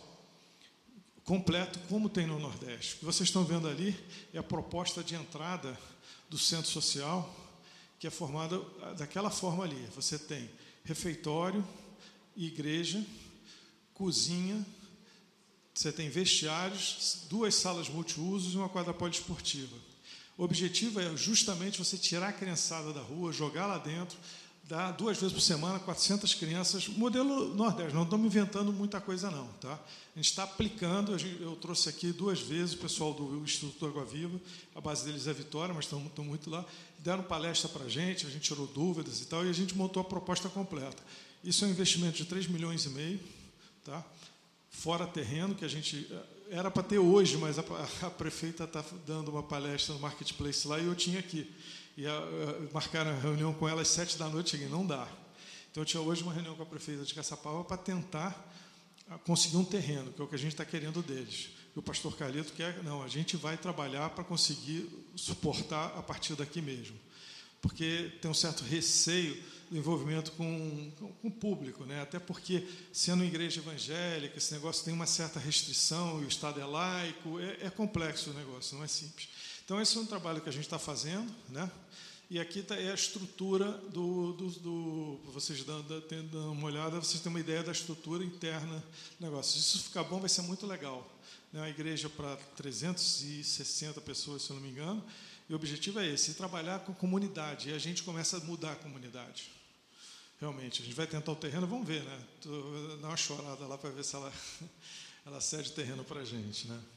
completo, como tem no Nordeste. O que vocês estão vendo ali é a proposta de entrada do centro social, que é formada daquela forma ali. Você tem refeitório, igreja, cozinha, você tem vestiários, duas salas multiusos e uma quadra poliesportiva. O objetivo é justamente você tirar a criançada da rua, jogar lá dentro, dá duas vezes por semana, quatrocentas crianças, modelo Nordeste, não estamos inventando muita coisa não, tá? A gente está aplicando, eu trouxe aqui duas vezes o pessoal do Instituto Água Viva, a base deles é Vitória, mas estão, estão muito lá, deram palestra para a gente, a gente tirou dúvidas e tal, e a gente montou a proposta completa. Isso é um investimento de três milhões e meio, tá? Fora terreno, que a gente era para ter hoje, mas a, a prefeita está dando uma palestra no Marketplace lá e eu tinha aqui. E a, a, marcaram a reunião com ela às sete da noite, cheguei, não dá. Então, eu tinha hoje uma reunião com a prefeita de Caçapava para tentar conseguir um terreno, que é o que a gente está querendo deles. E o pastor Carlito quer, não, a gente vai trabalhar para conseguir suportar a partir daqui mesmo. Porque tem um certo receio do envolvimento com, com o público, né? Até porque, sendo igreja evangélica, esse negócio tem uma certa restrição, e o Estado é laico, é, é complexo o negócio, não é simples. Então, esse é um trabalho que a gente está fazendo, né? E aqui tá, é a estrutura do... do, do vocês dando, dando uma olhada, vocês têm uma ideia da estrutura interna do negócio. Se isso ficar bom, vai ser muito legal. É uma igreja para trezentas e sessenta pessoas, se eu não me engano, e o objetivo é esse, trabalhar com comunidade, e a gente começa a mudar a comunidade. Realmente, a gente vai tentar o terreno, vamos ver, né? Vou dar uma chorada lá para ver se ela, ela cede terreno para a gente, né?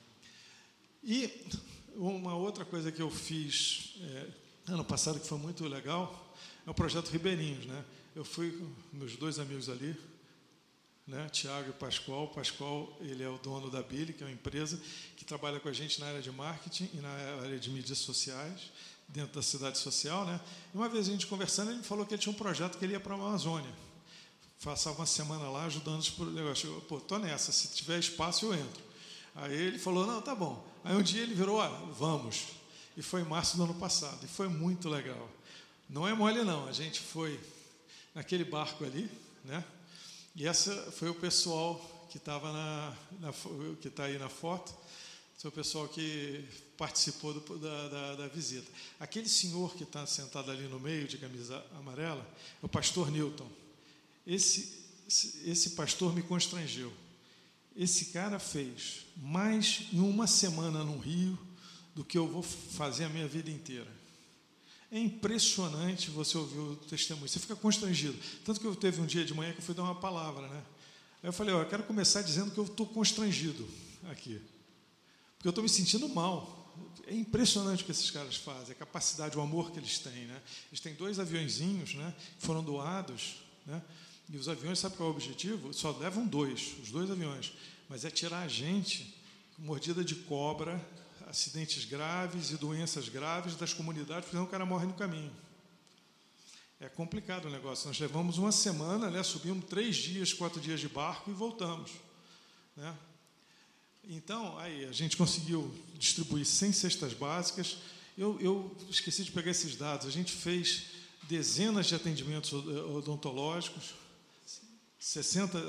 E uma outra coisa que eu fiz é, ano passado, que foi muito legal, é o projeto Ribeirinhos, né? Eu fui com meus dois amigos ali, né, Tiago e Pascoal. Pascoal, ele é o dono da Billy, que é uma empresa que trabalha com a gente na área de marketing e na área de mídias sociais, dentro da cidade social, né? E uma vez a gente conversando, ele falou que ele tinha um projeto que ele ia para a Amazônia. Passava uma semana lá ajudando-os por negócio. Eu, pô, tô nessa, se tiver espaço eu entro. Aí ele falou, não, tá bom. Aí um dia ele virou, ah, vamos. E foi em março do ano passado. E foi muito legal. Não é mole, não. A gente foi naquele barco ali, né? E essa foi o pessoal que estava na, na que está aí na foto, foi o pessoal que participou do, da, da, da visita. Aquele senhor que está sentado ali no meio, de camisa amarela, é o pastor Newton. Esse, esse pastor me constrangeu. Esse cara fez mais em uma semana no Rio do que eu vou fazer a minha vida inteira. É impressionante você ouvir o testemunho, você fica constrangido. Tanto que eu teve um dia de manhã que eu fui dar uma palavra, né? Aí eu falei, ó, eu quero começar dizendo que eu estou constrangido aqui, porque eu estou me sentindo mal. É impressionante o que esses caras fazem, a capacidade, o amor que eles têm, né? Eles têm dois aviõezinhos, né, que foram doados, né? E os aviões, sabe qual é o objetivo? Só levam dois, os dois aviões, mas é tirar a gente com mordida de cobra, acidentes graves e doenças graves das comunidades, porque senão o cara morre no caminho. É complicado o negócio. Nós levamos uma semana, né, subimos três dias, quatro dias de barco e voltamos, né? Então, aí, a gente conseguiu distribuir cem cestas básicas. Eu, eu esqueci de pegar esses dados. A gente fez dezenas de atendimentos odontológicos, sessenta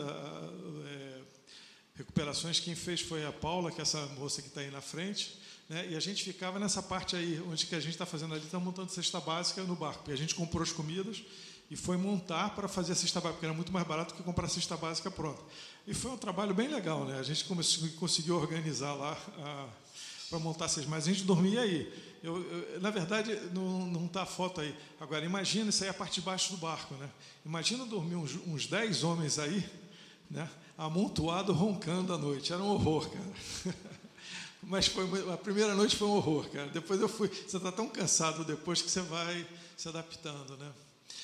é, recuperações. Quem fez foi a Paula, que é essa moça que está aí na frente, né? E a gente ficava nessa parte aí, onde que a gente está fazendo ali, está montando cesta básica no barco. E a gente comprou as comidas e foi montar para fazer a cesta básica, porque era muito mais barato que comprar a cesta básica pronta. E foi um trabalho bem legal, né? A gente conseguiu organizar lá para montar essas, mas a gente dormia aí. Eu, eu, na verdade, não está a foto aí. Agora, imagina, isso aí é a parte de baixo do barco, né? Imagina dormir uns, uns dez homens aí, né, amontoado, roncando à noite. Era um horror, cara. Mas foi, a primeira noite foi um horror, cara. Depois eu fui... Você está tão cansado depois que você vai se adaptando, né?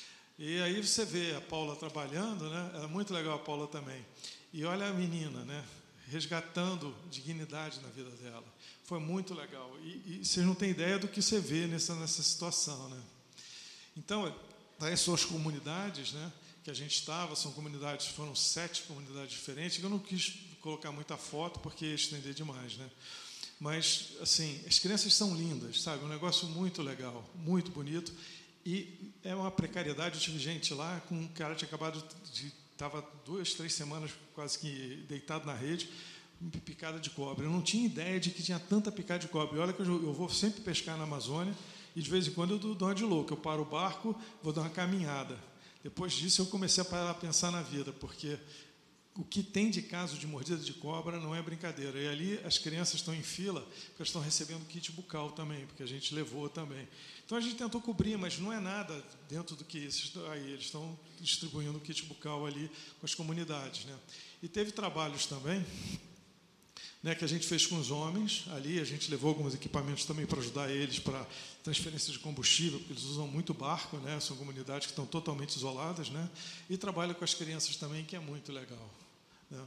E aí você vê a Paula trabalhando, né? Era muito legal a Paula também. E olha a menina, né, resgatando dignidade na vida dela. Foi muito legal. E, e vocês não têm ideia do que você vê nessa, nessa situação, né? Então, aí são as comunidades, né, que a gente estava, são comunidades, foram sete comunidades diferentes. Eu não quis colocar muita foto porque ia estender demais, né? Mas, assim, as crianças são lindas, sabe? Um negócio muito legal, muito bonito. E é uma precariedade. Eu tive gente lá com um cara que tinha acabado de... Estava duas, três semanas quase que deitado na rede, picada de cobra. Eu não tinha ideia de que tinha tanta picada de cobra. E olha que eu, eu vou sempre pescar na Amazônia e, de vez em quando, eu dou uma de louco. Eu paro o barco, vou dar uma caminhada. Depois disso, eu comecei a parar a pensar na vida, porque o que tem de caso de mordida de cobra não é brincadeira. E ali as crianças estão em fila, porque elas estão recebendo kit bucal também, porque a gente levou também. Então a gente tentou cobrir, mas não é nada dentro do que isso. Aí eles estão distribuindo o kit bucal ali com as comunidades, né? E teve trabalhos também, né, que a gente fez com os homens ali. A gente levou alguns equipamentos também para ajudar eles para transferência de combustível, porque eles usam muito barco, né? São comunidades que estão totalmente isoladas, né? E trabalha com as crianças também, que é muito legal, né?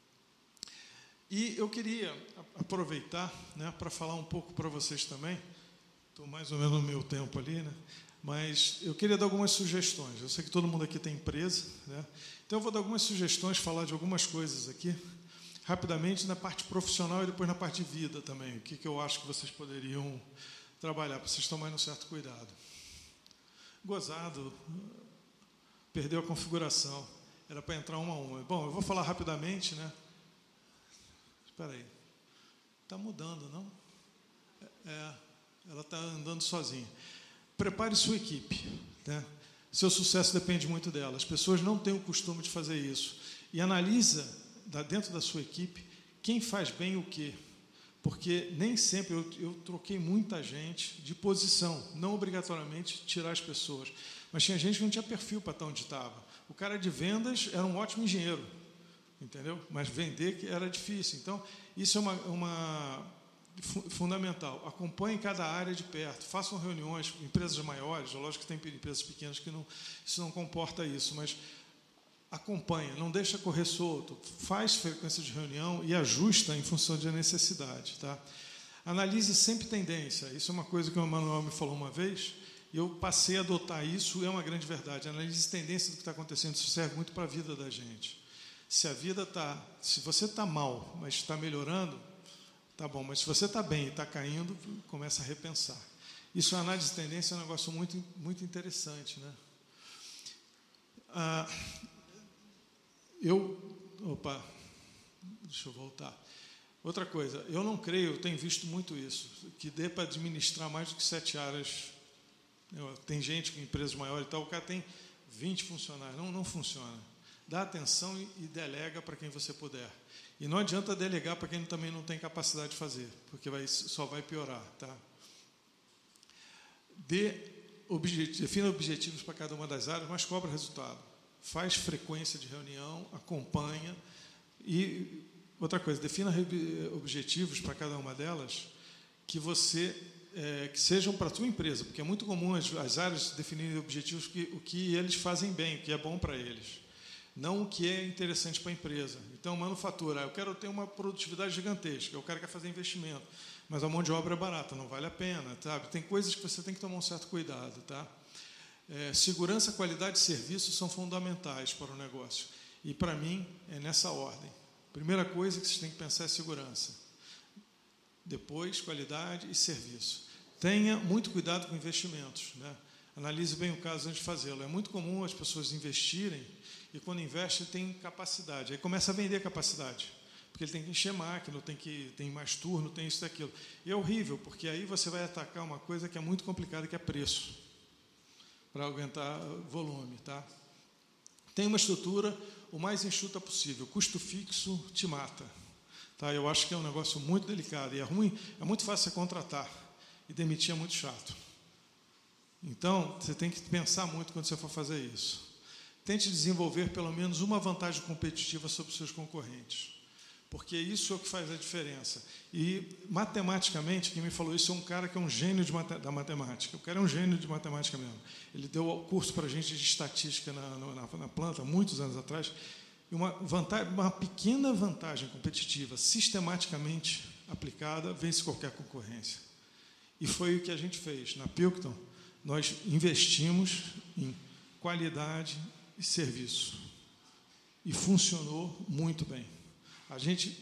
E eu queria aproveitar, né, para falar um pouco para vocês também. Estou mais ou menos no meu tempo ali, né? Mas eu queria dar algumas sugestões. Eu sei que todo mundo aqui tem empresa, né? Então eu vou dar algumas sugestões, falar de algumas coisas aqui, rapidamente, na parte profissional e depois na parte de vida também. O que, que eu acho que vocês poderiam trabalhar, para vocês tomarem um certo cuidado. Gozado, perdeu a configuração. Era para entrar uma a uma. Bom, eu vou falar rapidamente, né? Espera aí. Está mudando, não? É, ela está andando sozinha. Prepare sua equipe, né? Seu sucesso depende muito dela. As pessoas não têm o costume de fazer isso. E analisa, dentro da sua equipe, quem faz bem o quê. Porque nem sempre, eu, eu troquei muita gente de posição, não obrigatoriamente tirar as pessoas, mas tinha gente que não tinha perfil para estar onde estava. O cara de vendas era um ótimo engenheiro, entendeu? Mas vender era difícil. Então, isso é uma, uma fundamental. Acompanhe cada área de perto, façam reuniões com empresas maiores, lógico que tem empresas pequenas que não, isso não comporta isso, mas acompanha, não deixa correr solto, faz frequência de reunião e ajusta em função da necessidade. Tá? Analise sempre tendência. Isso é uma coisa que o Manuel me falou uma vez, e eu passei a adotar isso, é uma grande verdade. Analise tendência do que está acontecendo, isso serve muito para a vida da gente. Se a vida está, se você está mal, mas está melhorando, tá bom, mas se você está bem e está caindo, começa a repensar. Isso, a análise de tendência é um negócio muito, muito interessante, né? Ah, eu, opa, deixa eu voltar. Outra coisa, eu não creio, eu tenho visto muito isso, que dê para administrar mais do que sete áreas. Eu, tem gente com empresas maiores e tal, o cara tem vinte funcionários, não, não funciona. Dá atenção e, e delega para quem você puder. E não adianta delegar para quem também não tem capacidade de fazer, porque vai, só vai piorar. Tá? Dê objet, defina objetivos para cada uma das áreas, mas cobra resultado. Faz frequência de reunião, acompanha. E outra coisa, defina objetivos para cada uma delas que, você, é, que sejam para a sua empresa, porque é muito comum as, as áreas definirem objetivos que, o que eles fazem bem, o que é bom para eles. Não o que é interessante para a empresa. Então, manufatura, eu quero ter uma produtividade gigantesca, o cara quer fazer investimento, mas a mão de obra é barata, não vale a pena, sabe? Tem coisas que você tem que tomar um certo cuidado, tá? É, segurança, qualidade e serviço são fundamentais para o negócio. E, para mim, é nessa ordem. Primeira coisa que vocês têm que pensar é segurança. Depois, qualidade e serviço. Tenha muito cuidado com investimentos, né? Analise bem o caso antes de fazê-lo. É muito comum as pessoas investirem e, quando investe, tem capacidade. Aí começa a vender capacidade, porque ele tem que encher máquina, tem, que, tem mais turno, tem isso e aquilo. E é horrível, porque aí você vai atacar uma coisa que é muito complicada, que é preço, para aguentar volume. Tá? Tem uma estrutura o mais enxuta possível. Custo fixo te mata. Tá? Eu acho que é um negócio muito delicado. E é ruim, é muito fácil você contratar. E demitir é muito chato. Então, você tem que pensar muito quando você for fazer isso. Tente desenvolver pelo menos uma vantagem competitiva sobre os seus concorrentes, porque isso é o que faz a diferença. E, matematicamente, quem me falou isso é um cara que é um gênio de mate, da matemática. O cara é um gênio de matemática mesmo. Ele deu o curso para a gente de estatística na, na, na planta, muitos anos atrás. E uma, vantagem, uma pequena vantagem competitiva, sistematicamente aplicada, vence qualquer concorrência. E foi o que a gente fez. Na Pilkington, nós investimos em qualidade e serviço. E funcionou muito bem. A gente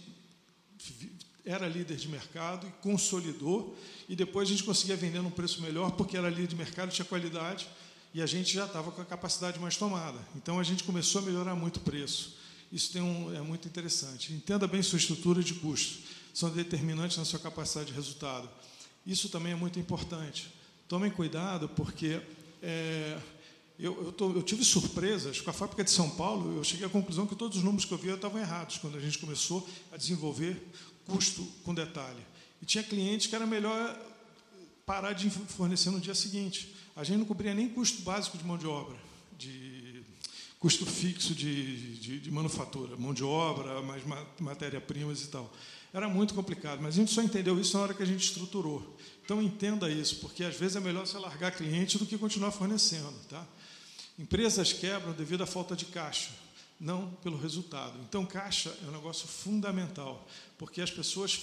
era líder de mercado e consolidou, e depois a gente conseguia vender num preço melhor, porque era líder de mercado, tinha qualidade, e a gente já estava com a capacidade mais tomada. Então, a gente começou a melhorar muito o preço. Isso tem um, é muito interessante. Entenda bem sua estrutura de custos. São determinantes na sua capacidade de resultado. Isso também é muito importante. Tomem cuidado, porque é, eu, eu, tô, eu tive surpresas com a fábrica de São Paulo. Eu cheguei à conclusão que todos os números que eu via estavam errados quando a gente começou a desenvolver custo com detalhe. E tinha clientes que era melhor parar de fornecer no dia seguinte. A gente não cobria nem custo básico de mão de obra, de custo fixo de, de, de manufatura, mão de obra, mais matéria-primas e tal. Era muito complicado, mas a gente só entendeu isso na hora que a gente estruturou. Então, entenda isso, porque às vezes é melhor você largar cliente do que continuar fornecendo. Tá? Empresas quebram devido à falta de caixa, não pelo resultado. Então, caixa é um negócio fundamental, porque as pessoas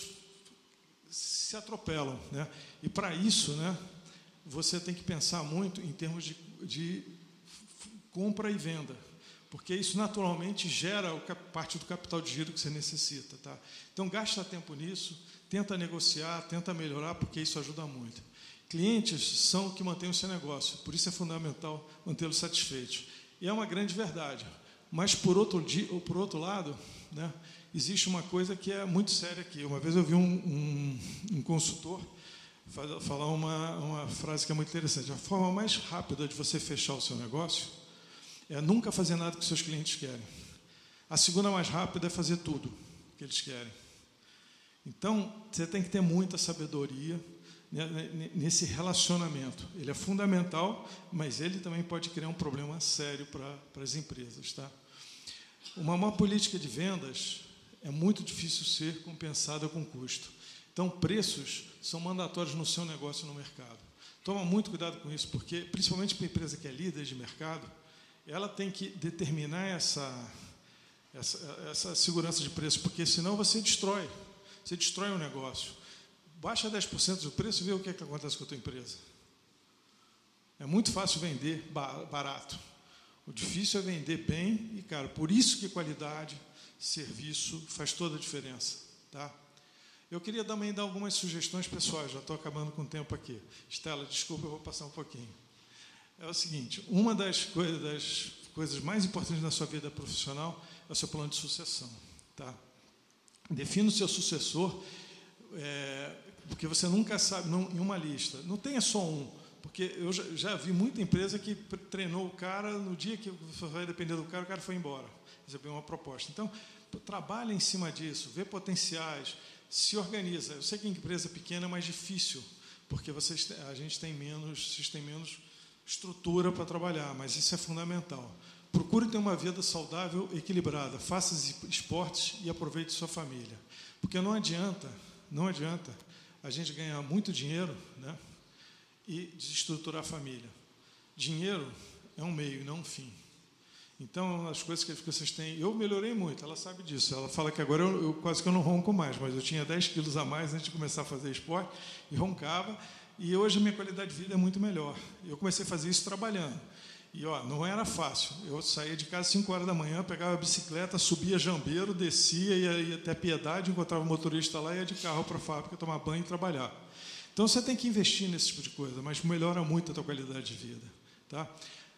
se atropelam. Né? E, para isso, né, você tem que pensar muito em termos de, de compra e venda, porque isso naturalmente gera a parte do capital de giro que você necessita. Tá? Então, gasta tempo nisso, tenta negociar, tenta melhorar, porque isso ajuda muito. Clientes são o que mantém o seu negócio, por isso é fundamental mantê-los satisfeitos. E é uma grande verdade. Mas, por outro, dia, ou por outro lado, né, existe uma coisa que é muito séria aqui. Uma vez eu vi um, um, um consultor falar uma, uma frase que é muito interessante. A forma mais rápida de você fechar o seu negócio é nunca fazer nada que os seus clientes querem. A segunda mais rápida é fazer tudo que eles querem. Então, você tem que ter muita sabedoria nesse relacionamento. Ele é fundamental, mas ele também pode criar um problema sério para, para as empresas. Tá? Uma má política de vendas é muito difícil ser compensada com custo. Então, preços são mandatórios no seu negócio no mercado. Toma muito cuidado com isso, porque, principalmente para a empresa que é líder de mercado, ela tem que determinar essa, essa, essa segurança de preço, porque senão você destrói, você destrói o negócio. Baixa dez por cento do preço e vê o que, é que acontece com a tua empresa. É muito fácil vender barato. O difícil é vender bem e caro. Por isso que qualidade, serviço faz toda a diferença. Tá? Eu queria também dar algumas sugestões pessoais, já estou acabando com o tempo aqui. Estela, desculpa, eu vou passar um pouquinho. É o seguinte, uma das coisas, das coisas mais importantes na sua vida profissional é o seu plano de sucessão. Tá? Defina o seu sucessor, é, porque você nunca sabe, não, em uma lista. Não tenha só um, porque eu já, já vi muita empresa que treinou o cara, no dia que vai depender do cara, o cara foi embora, recebeu uma proposta. Então, trabalha em cima disso, vê potenciais, se organiza. Eu sei que em empresa pequena é mais difícil, porque vocês, a gente tem menos, vocês têm menos estrutura para trabalhar, mas isso é fundamental. Procure ter uma vida saudável, equilibrada, faça esportes e aproveite sua família. Porque não adianta, não adianta a gente ganhar muito dinheiro, né, e desestruturar a família. Dinheiro é um meio, não um fim. Então, as coisas que vocês têm... Eu melhorei muito, ela sabe disso. Ela fala que agora eu, eu quase que eu não ronco mais, mas eu tinha dez quilos a mais antes de começar a fazer esporte e roncava, e hoje a minha qualidade de vida é muito melhor. Eu comecei a fazer isso trabalhando. E, ó, não era fácil. Eu saía de casa às cinco horas da manhã, pegava a bicicleta, subia Jambeiro, descia, ia, ia até Piedade, encontrava o motorista lá, ia de carro para a fábrica, tomar banho e trabalhar. Então, você tem que investir nesse tipo de coisa, mas melhora muito a tua qualidade de vida. Tá?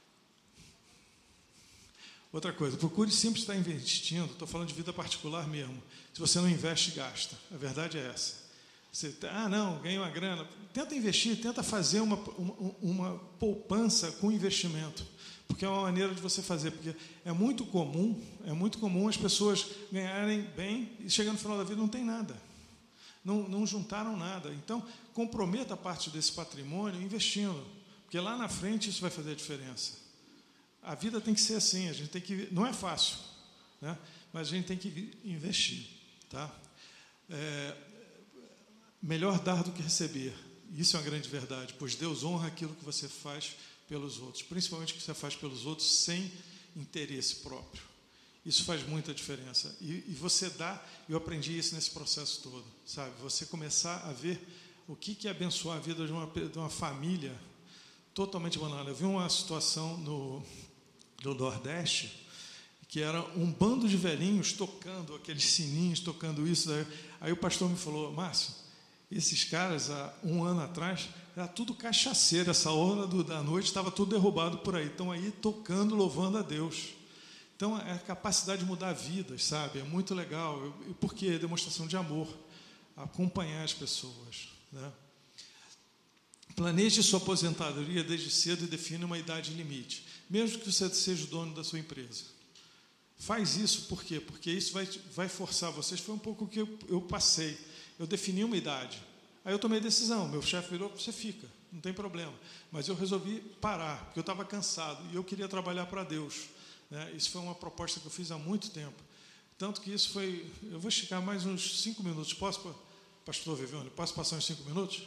Outra coisa, procure sempre estar investindo, estou falando de vida particular mesmo. Se você não investe, gasta. A verdade é essa. Você, ah, não, ganha uma grana. Tenta investir, tenta fazer uma, uma, uma poupança com investimento, porque é uma maneira de você fazer, porque é muito comum, é muito comum as pessoas ganharem bem e chegando no final da vida não tem nada. Não, não juntaram nada. Então, comprometa parte desse patrimônio investindo, porque lá na frente isso vai fazer a diferença. A vida tem que ser assim, a gente tem que, não é fácil, né? Mas a gente tem que investir. Tá? É, melhor dar do que receber. Isso é uma grande verdade, pois Deus honra aquilo que você faz pelos outros, principalmente o que você faz pelos outros sem interesse próprio. Isso faz muita diferença. E, e você dá, eu aprendi isso nesse processo todo, sabe? Você começar a ver o que, que é abençoar a vida de uma, de uma família totalmente banal. Eu vi uma situação no, no Nordeste, que era um bando de velhinhos tocando aqueles sininhos, tocando isso. Aí, aí o pastor me falou, Márcio, esses caras, há um ano atrás, era tudo cachaceiro, essa hora do, da noite estava tudo derrubado por aí. Estão aí tocando, louvando a Deus. Então, é a capacidade de mudar vidas, sabe? É muito legal. E por quê? É demonstração de amor. Acompanhar as pessoas, né? Planeje sua aposentadoria desde cedo e define uma idade limite, mesmo que você seja o dono da sua empresa. Faz isso, por quê? Porque isso vai, vai forçar vocês. Foi um pouco o que eu, eu passei. Eu defini uma idade. Aí eu tomei a decisão. Meu chefe virou, você fica, não tem problema. Mas eu resolvi parar, porque eu estava cansado e eu queria trabalhar para Deus. Né? Isso foi uma proposta que eu fiz há muito tempo. Tanto que isso foi... Eu vou esticar mais uns cinco minutos. Posso, pastor Viviane, posso passar uns cinco minutos?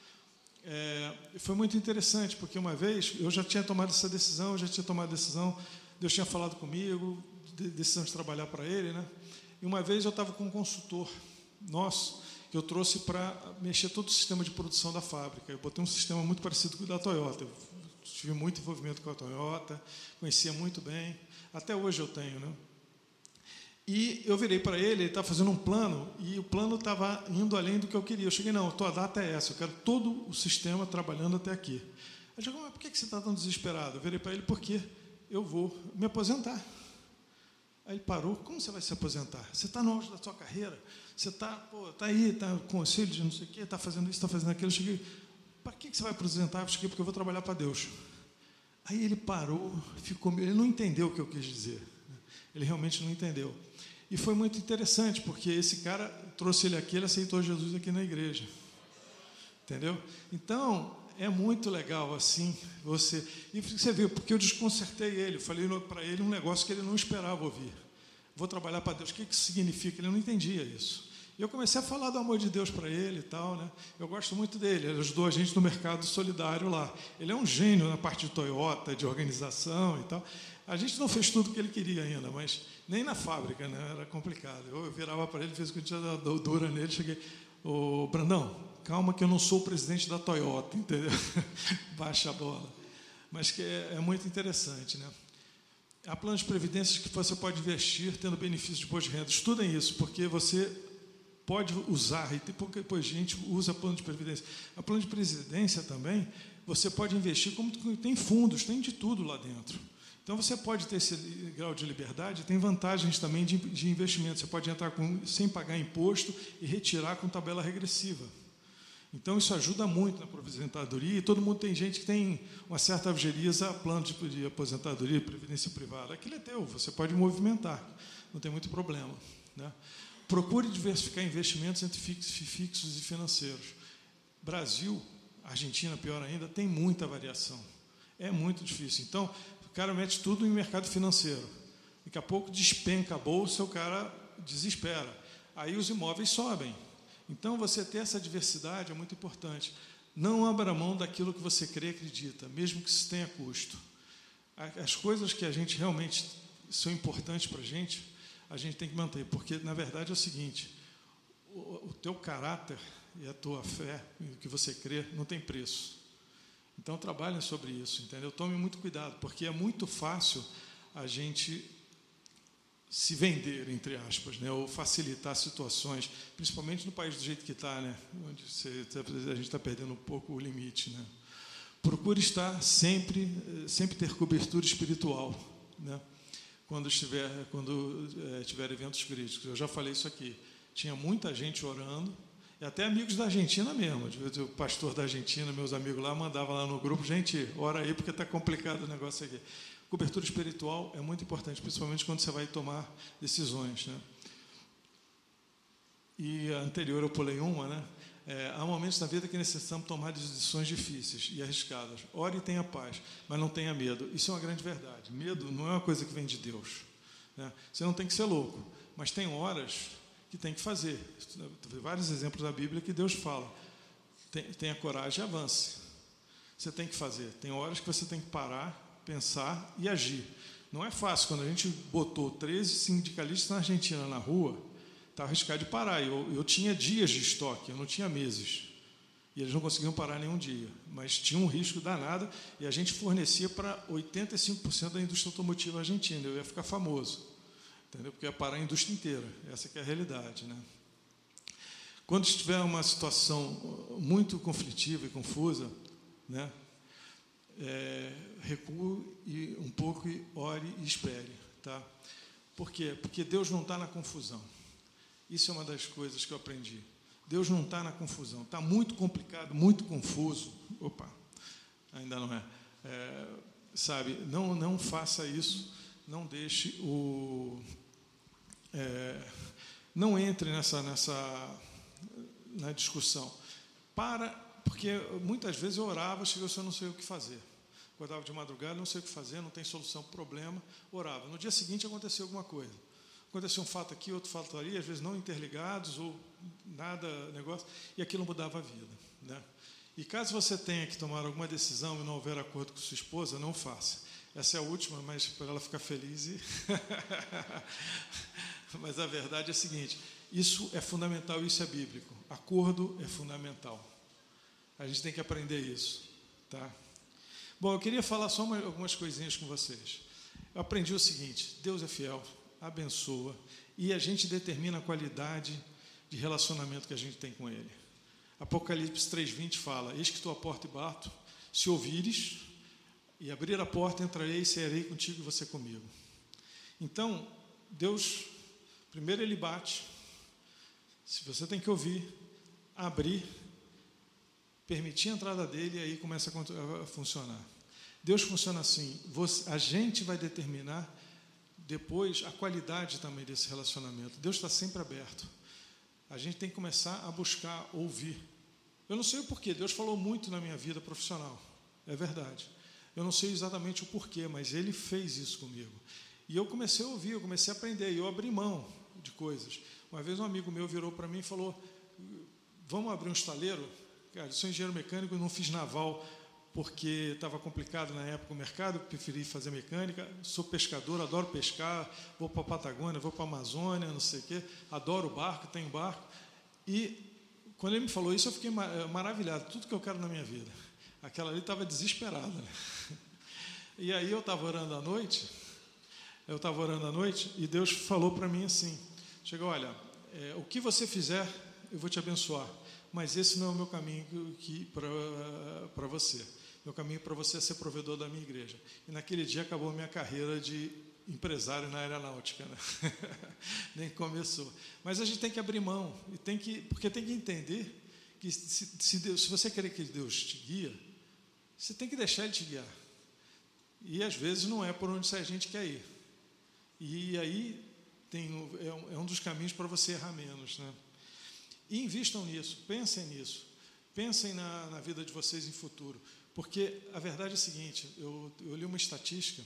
É, foi muito interessante, porque uma vez eu já tinha tomado essa decisão, eu já tinha tomado a decisão, Deus tinha falado comigo, de, decisão de trabalhar para Ele, né? E uma vez eu estava com um consultor nosso, que eu trouxe para mexer todo o sistema de produção da fábrica. Eu botei um sistema muito parecido com o da Toyota. Eu tive muito envolvimento com a Toyota, conhecia muito bem, até hoje eu tenho, né? E eu virei para ele, ele estava fazendo um plano, e o plano estava indo além do que eu queria. Eu cheguei, não, a tua data é essa, eu quero todo o sistema trabalhando até aqui. Eu disse, mas por que você está tão desesperado? Eu virei para ele, porque eu vou me aposentar. Aí ele parou, como você vai se aposentar? Você está no auge da sua carreira, você está tá aí, está com conselho de não sei o quê, está fazendo isso, está fazendo aquilo. Eu cheguei, para que você vai aposentar? Eu cheguei, porque eu vou trabalhar para Deus. Aí ele parou, ficou, ele não entendeu o que eu quis dizer. Ele realmente não entendeu. E foi muito interessante, porque esse cara trouxe ele aqui, ele aceitou Jesus aqui na igreja. Entendeu? Então, é muito legal assim, você... E você viu, porque eu desconcertei ele, falei para ele um negócio que ele não esperava ouvir. Vou trabalhar para Deus. O que isso significa? Ele não entendia isso. E eu comecei a falar do amor de Deus para ele e tal, né? Eu gosto muito dele, ele ajudou a gente no mercado solidário lá. Ele é um gênio na parte de Toyota, de organização e tal. A gente não fez tudo o que ele queria ainda, mas nem na fábrica, né? Era complicado. Eu virava para ele, fez o que eu tinha dado dura nele, cheguei, ô Brandão, calma que eu não sou o presidente da Toyota, entendeu? Baixa a bola. Mas que é, é muito interessante, né? Há planos de previdência que você pode investir tendo benefício de imposto de renda. Estudem isso, porque você pode usar, e tem pouca gente usa plano de previdência. A plano de previdência também, você pode investir, como tem fundos, tem de tudo lá dentro. Então, você pode ter esse grau de liberdade, tem vantagens também de, de investimento. Você pode entrar com, sem pagar imposto e retirar com tabela regressiva. Então, isso ajuda muito na aposentadoria, e todo mundo tem gente que tem uma certa algeriza a plano de, de aposentadoria, previdência privada. Aquilo é teu, você pode movimentar, não tem muito problema, né? Procure diversificar investimentos entre fixos e financeiros. Brasil, Argentina, pior ainda, tem muita variação. É muito difícil. Então, o cara mete tudo em mercado financeiro. Daqui a pouco despenca a bolsa, o cara desespera. Aí os imóveis sobem. Então, você ter essa diversidade é muito importante. Não abra mão daquilo que você crê e acredita, mesmo que isso tenha custo. As coisas que a gente realmente são importantes para a gente, a gente tem que manter, porque, na verdade, é o seguinte, o, o teu caráter e a tua fé, o que você crê, não tem preço. Então, trabalhem sobre isso, entendeu? Tome muito cuidado, porque é muito fácil a gente se vender, entre aspas, né? Ou facilitar situações, principalmente no país do jeito que está, né? Onde você, a gente está perdendo um pouco o limite, né? Procure estar sempre, sempre ter cobertura espiritual, né? Quando estiver, quando é, tiver eventos críticos. Eu já falei isso aqui. Tinha muita gente orando, e até amigos da Argentina mesmo. O pastor da Argentina, meus amigos lá, mandavam lá no grupo, gente, ora aí, porque está complicado o negócio aqui. Cobertura espiritual é muito importante, principalmente quando você vai tomar decisões, né? E a anterior eu pulei uma, né? É, há momentos na vida que necessitamos tomar decisões difíceis e arriscadas. Ore e tenha paz, mas não tenha medo. Isso é uma grande verdade. Medo não é uma coisa que vem de Deus, né? Você não tem que ser louco, mas tem horas que tem que fazer. Tem vários exemplos da Bíblia que Deus fala. Tenha coragem e avance. Você tem que fazer. Tem horas que você tem que parar, pensar e agir. Não é fácil. Quando a gente botou treze sindicalistas na Argentina na rua, estava arriscado de parar. Eu, eu tinha dias de estoque, eu não tinha meses. E eles não conseguiam parar nenhum dia. Mas tinha um risco danado, e a gente fornecia para oitenta e cinco por cento da indústria automotiva argentina. Eu ia ficar famoso, entendeu? Porque ia parar a indústria inteira. Essa que é a realidade, né? Quando estiver uma situação muito conflitiva e confusa, né, é, recue e um pouco e ore e espere, tá? Por quê? Porque Deus não está na confusão. Isso é uma das coisas que eu aprendi. Deus não está na confusão. Está muito complicado, muito confuso. Opa, ainda não é. é sabe, não, não faça isso. Não deixe o... É, não entre nessa, nessa na discussão. Para, porque muitas vezes eu orava, chegou, eu não sei o que fazer. Acordava de madrugada, não sei o que fazer, não tem solução para o problema, orava. No dia seguinte aconteceu alguma coisa. Aconteceu um fato aqui, outro fato ali, às vezes não interligados, ou nada, negócio, e aquilo mudava a vida, né? E caso você tenha que tomar alguma decisão e não houver acordo com sua esposa, não faça. Essa é a última, mas para ela ficar feliz. E... mas a verdade é a seguinte, isso é fundamental, isso é bíblico. Acordo é fundamental. A gente tem que aprender isso, tá? Bom, eu queria falar só uma, algumas coisinhas com vocês. Eu aprendi o seguinte, Deus é fiel, abençoa, e a gente determina a qualidade de relacionamento que a gente tem com Ele. Apocalipse três, vinte fala, eis que estou à porta e bato, se ouvires, e abrir a porta, entrarei e cearei contigo e você comigo. Então, Deus, primeiro Ele bate, se você tem que ouvir, abrir, permitir a entrada dEle, e aí começa a funcionar. Deus funciona assim, você, a gente vai determinar depois a qualidade também desse relacionamento. Deus está sempre aberto. A gente tem que começar a buscar ouvir. Eu não sei o porquê, Deus falou muito na minha vida profissional, é verdade. Eu não sei exatamente o porquê, mas Ele fez isso comigo. E eu comecei a ouvir, eu comecei a aprender, e eu abri mão de coisas. Uma vez um amigo meu virou para mim e falou, vamos abrir um estaleiro? Cara, eu sou engenheiro mecânico e não fiz naval, porque estava complicado na época o mercado, preferi fazer mecânica, sou pescador, adoro pescar, vou para a Patagônia, vou para a Amazônia, não sei o quê, adoro barco, tenho barco. E quando ele me falou isso, eu fiquei maravilhado, tudo que eu quero na minha vida. Aquela ali estava desesperada. Né? E aí eu estava orando à noite, eu estava orando à noite, e Deus falou para mim assim, chegou, olha, é, o que você fizer, eu vou te abençoar, mas esse não é o meu caminho para você. Meu caminho para você é ser provedor da minha igreja. E naquele dia acabou a minha carreira de empresário na aeronáutica. Né? Nem começou. Mas a gente tem que abrir mão, e tem que, porque tem que entender que se, se, Deus, se você querer que Deus te guia, você tem que deixar Ele te guiar. E às vezes não é por onde a gente quer ir. E aí tem, é, um, é um dos caminhos para você errar menos. Né? E invistam nisso, pensem nisso. Pensem na, na vida de vocês em futuro. Porque a verdade é a seguinte, eu, eu li uma estatística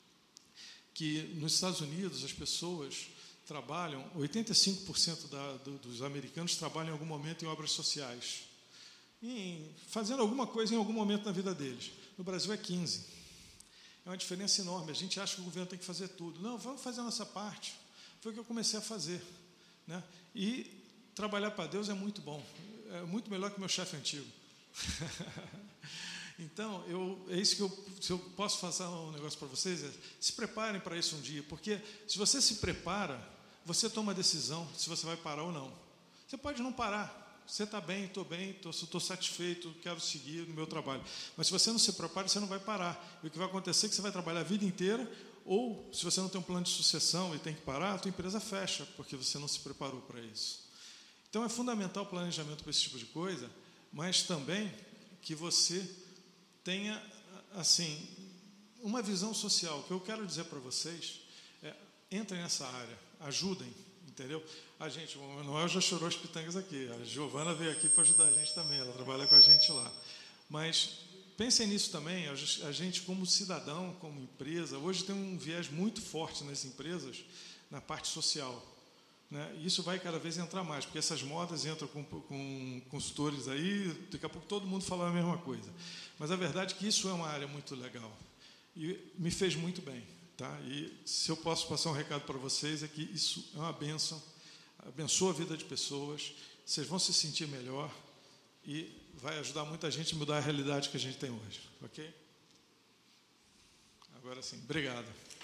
que nos Estados Unidos as pessoas trabalham, oitenta e cinco por cento da, do, dos americanos trabalham em algum momento em obras sociais, em, fazendo alguma coisa em algum momento na vida deles. No Brasil é quinze por cento. É uma diferença enorme. A gente acha que o governo tem que fazer tudo. Não, vamos fazer a nossa parte. Foi o que eu comecei a fazer. Né? E trabalhar para Deus é muito bom. É muito melhor que o meu chefe antigo. Então, eu, é isso que eu, se eu posso fazer um negócio para vocês, é, se preparem para isso um dia, porque se você se prepara, você toma a decisão se você vai parar ou não. Você pode não parar, você está bem, estou bem, estou satisfeito, quero seguir no meu trabalho. Mas se você não se prepara, você não vai parar. E o que vai acontecer é que você vai trabalhar a vida inteira, ou se você não tem um plano de sucessão e tem que parar, a tua empresa fecha, porque você não se preparou para isso. Então, é fundamental o planejamento para esse tipo de coisa, mas também que você tenha, assim, uma visão social. O que eu quero dizer para vocês é, entrem nessa área, ajudem, entendeu? A gente, o Manuel já chorou as pitangas aqui, a Giovana veio aqui para ajudar a gente também, ela trabalha com a gente lá. Mas pensem nisso também, a gente como cidadão, como empresa, hoje tem um viés muito forte nas empresas, na parte social. Né? Isso vai cada vez entrar mais, porque essas modas entram com, com consultores aí, daqui a pouco todo mundo fala a mesma coisa. Mas a verdade é que isso é uma área muito legal e me fez muito bem. Tá? E se eu posso passar um recado para vocês é que isso é uma bênção, abençoa a vida de pessoas, vocês vão se sentir melhor e vai ajudar muita gente a mudar a realidade que a gente tem hoje. Ok? Agora sim, obrigado.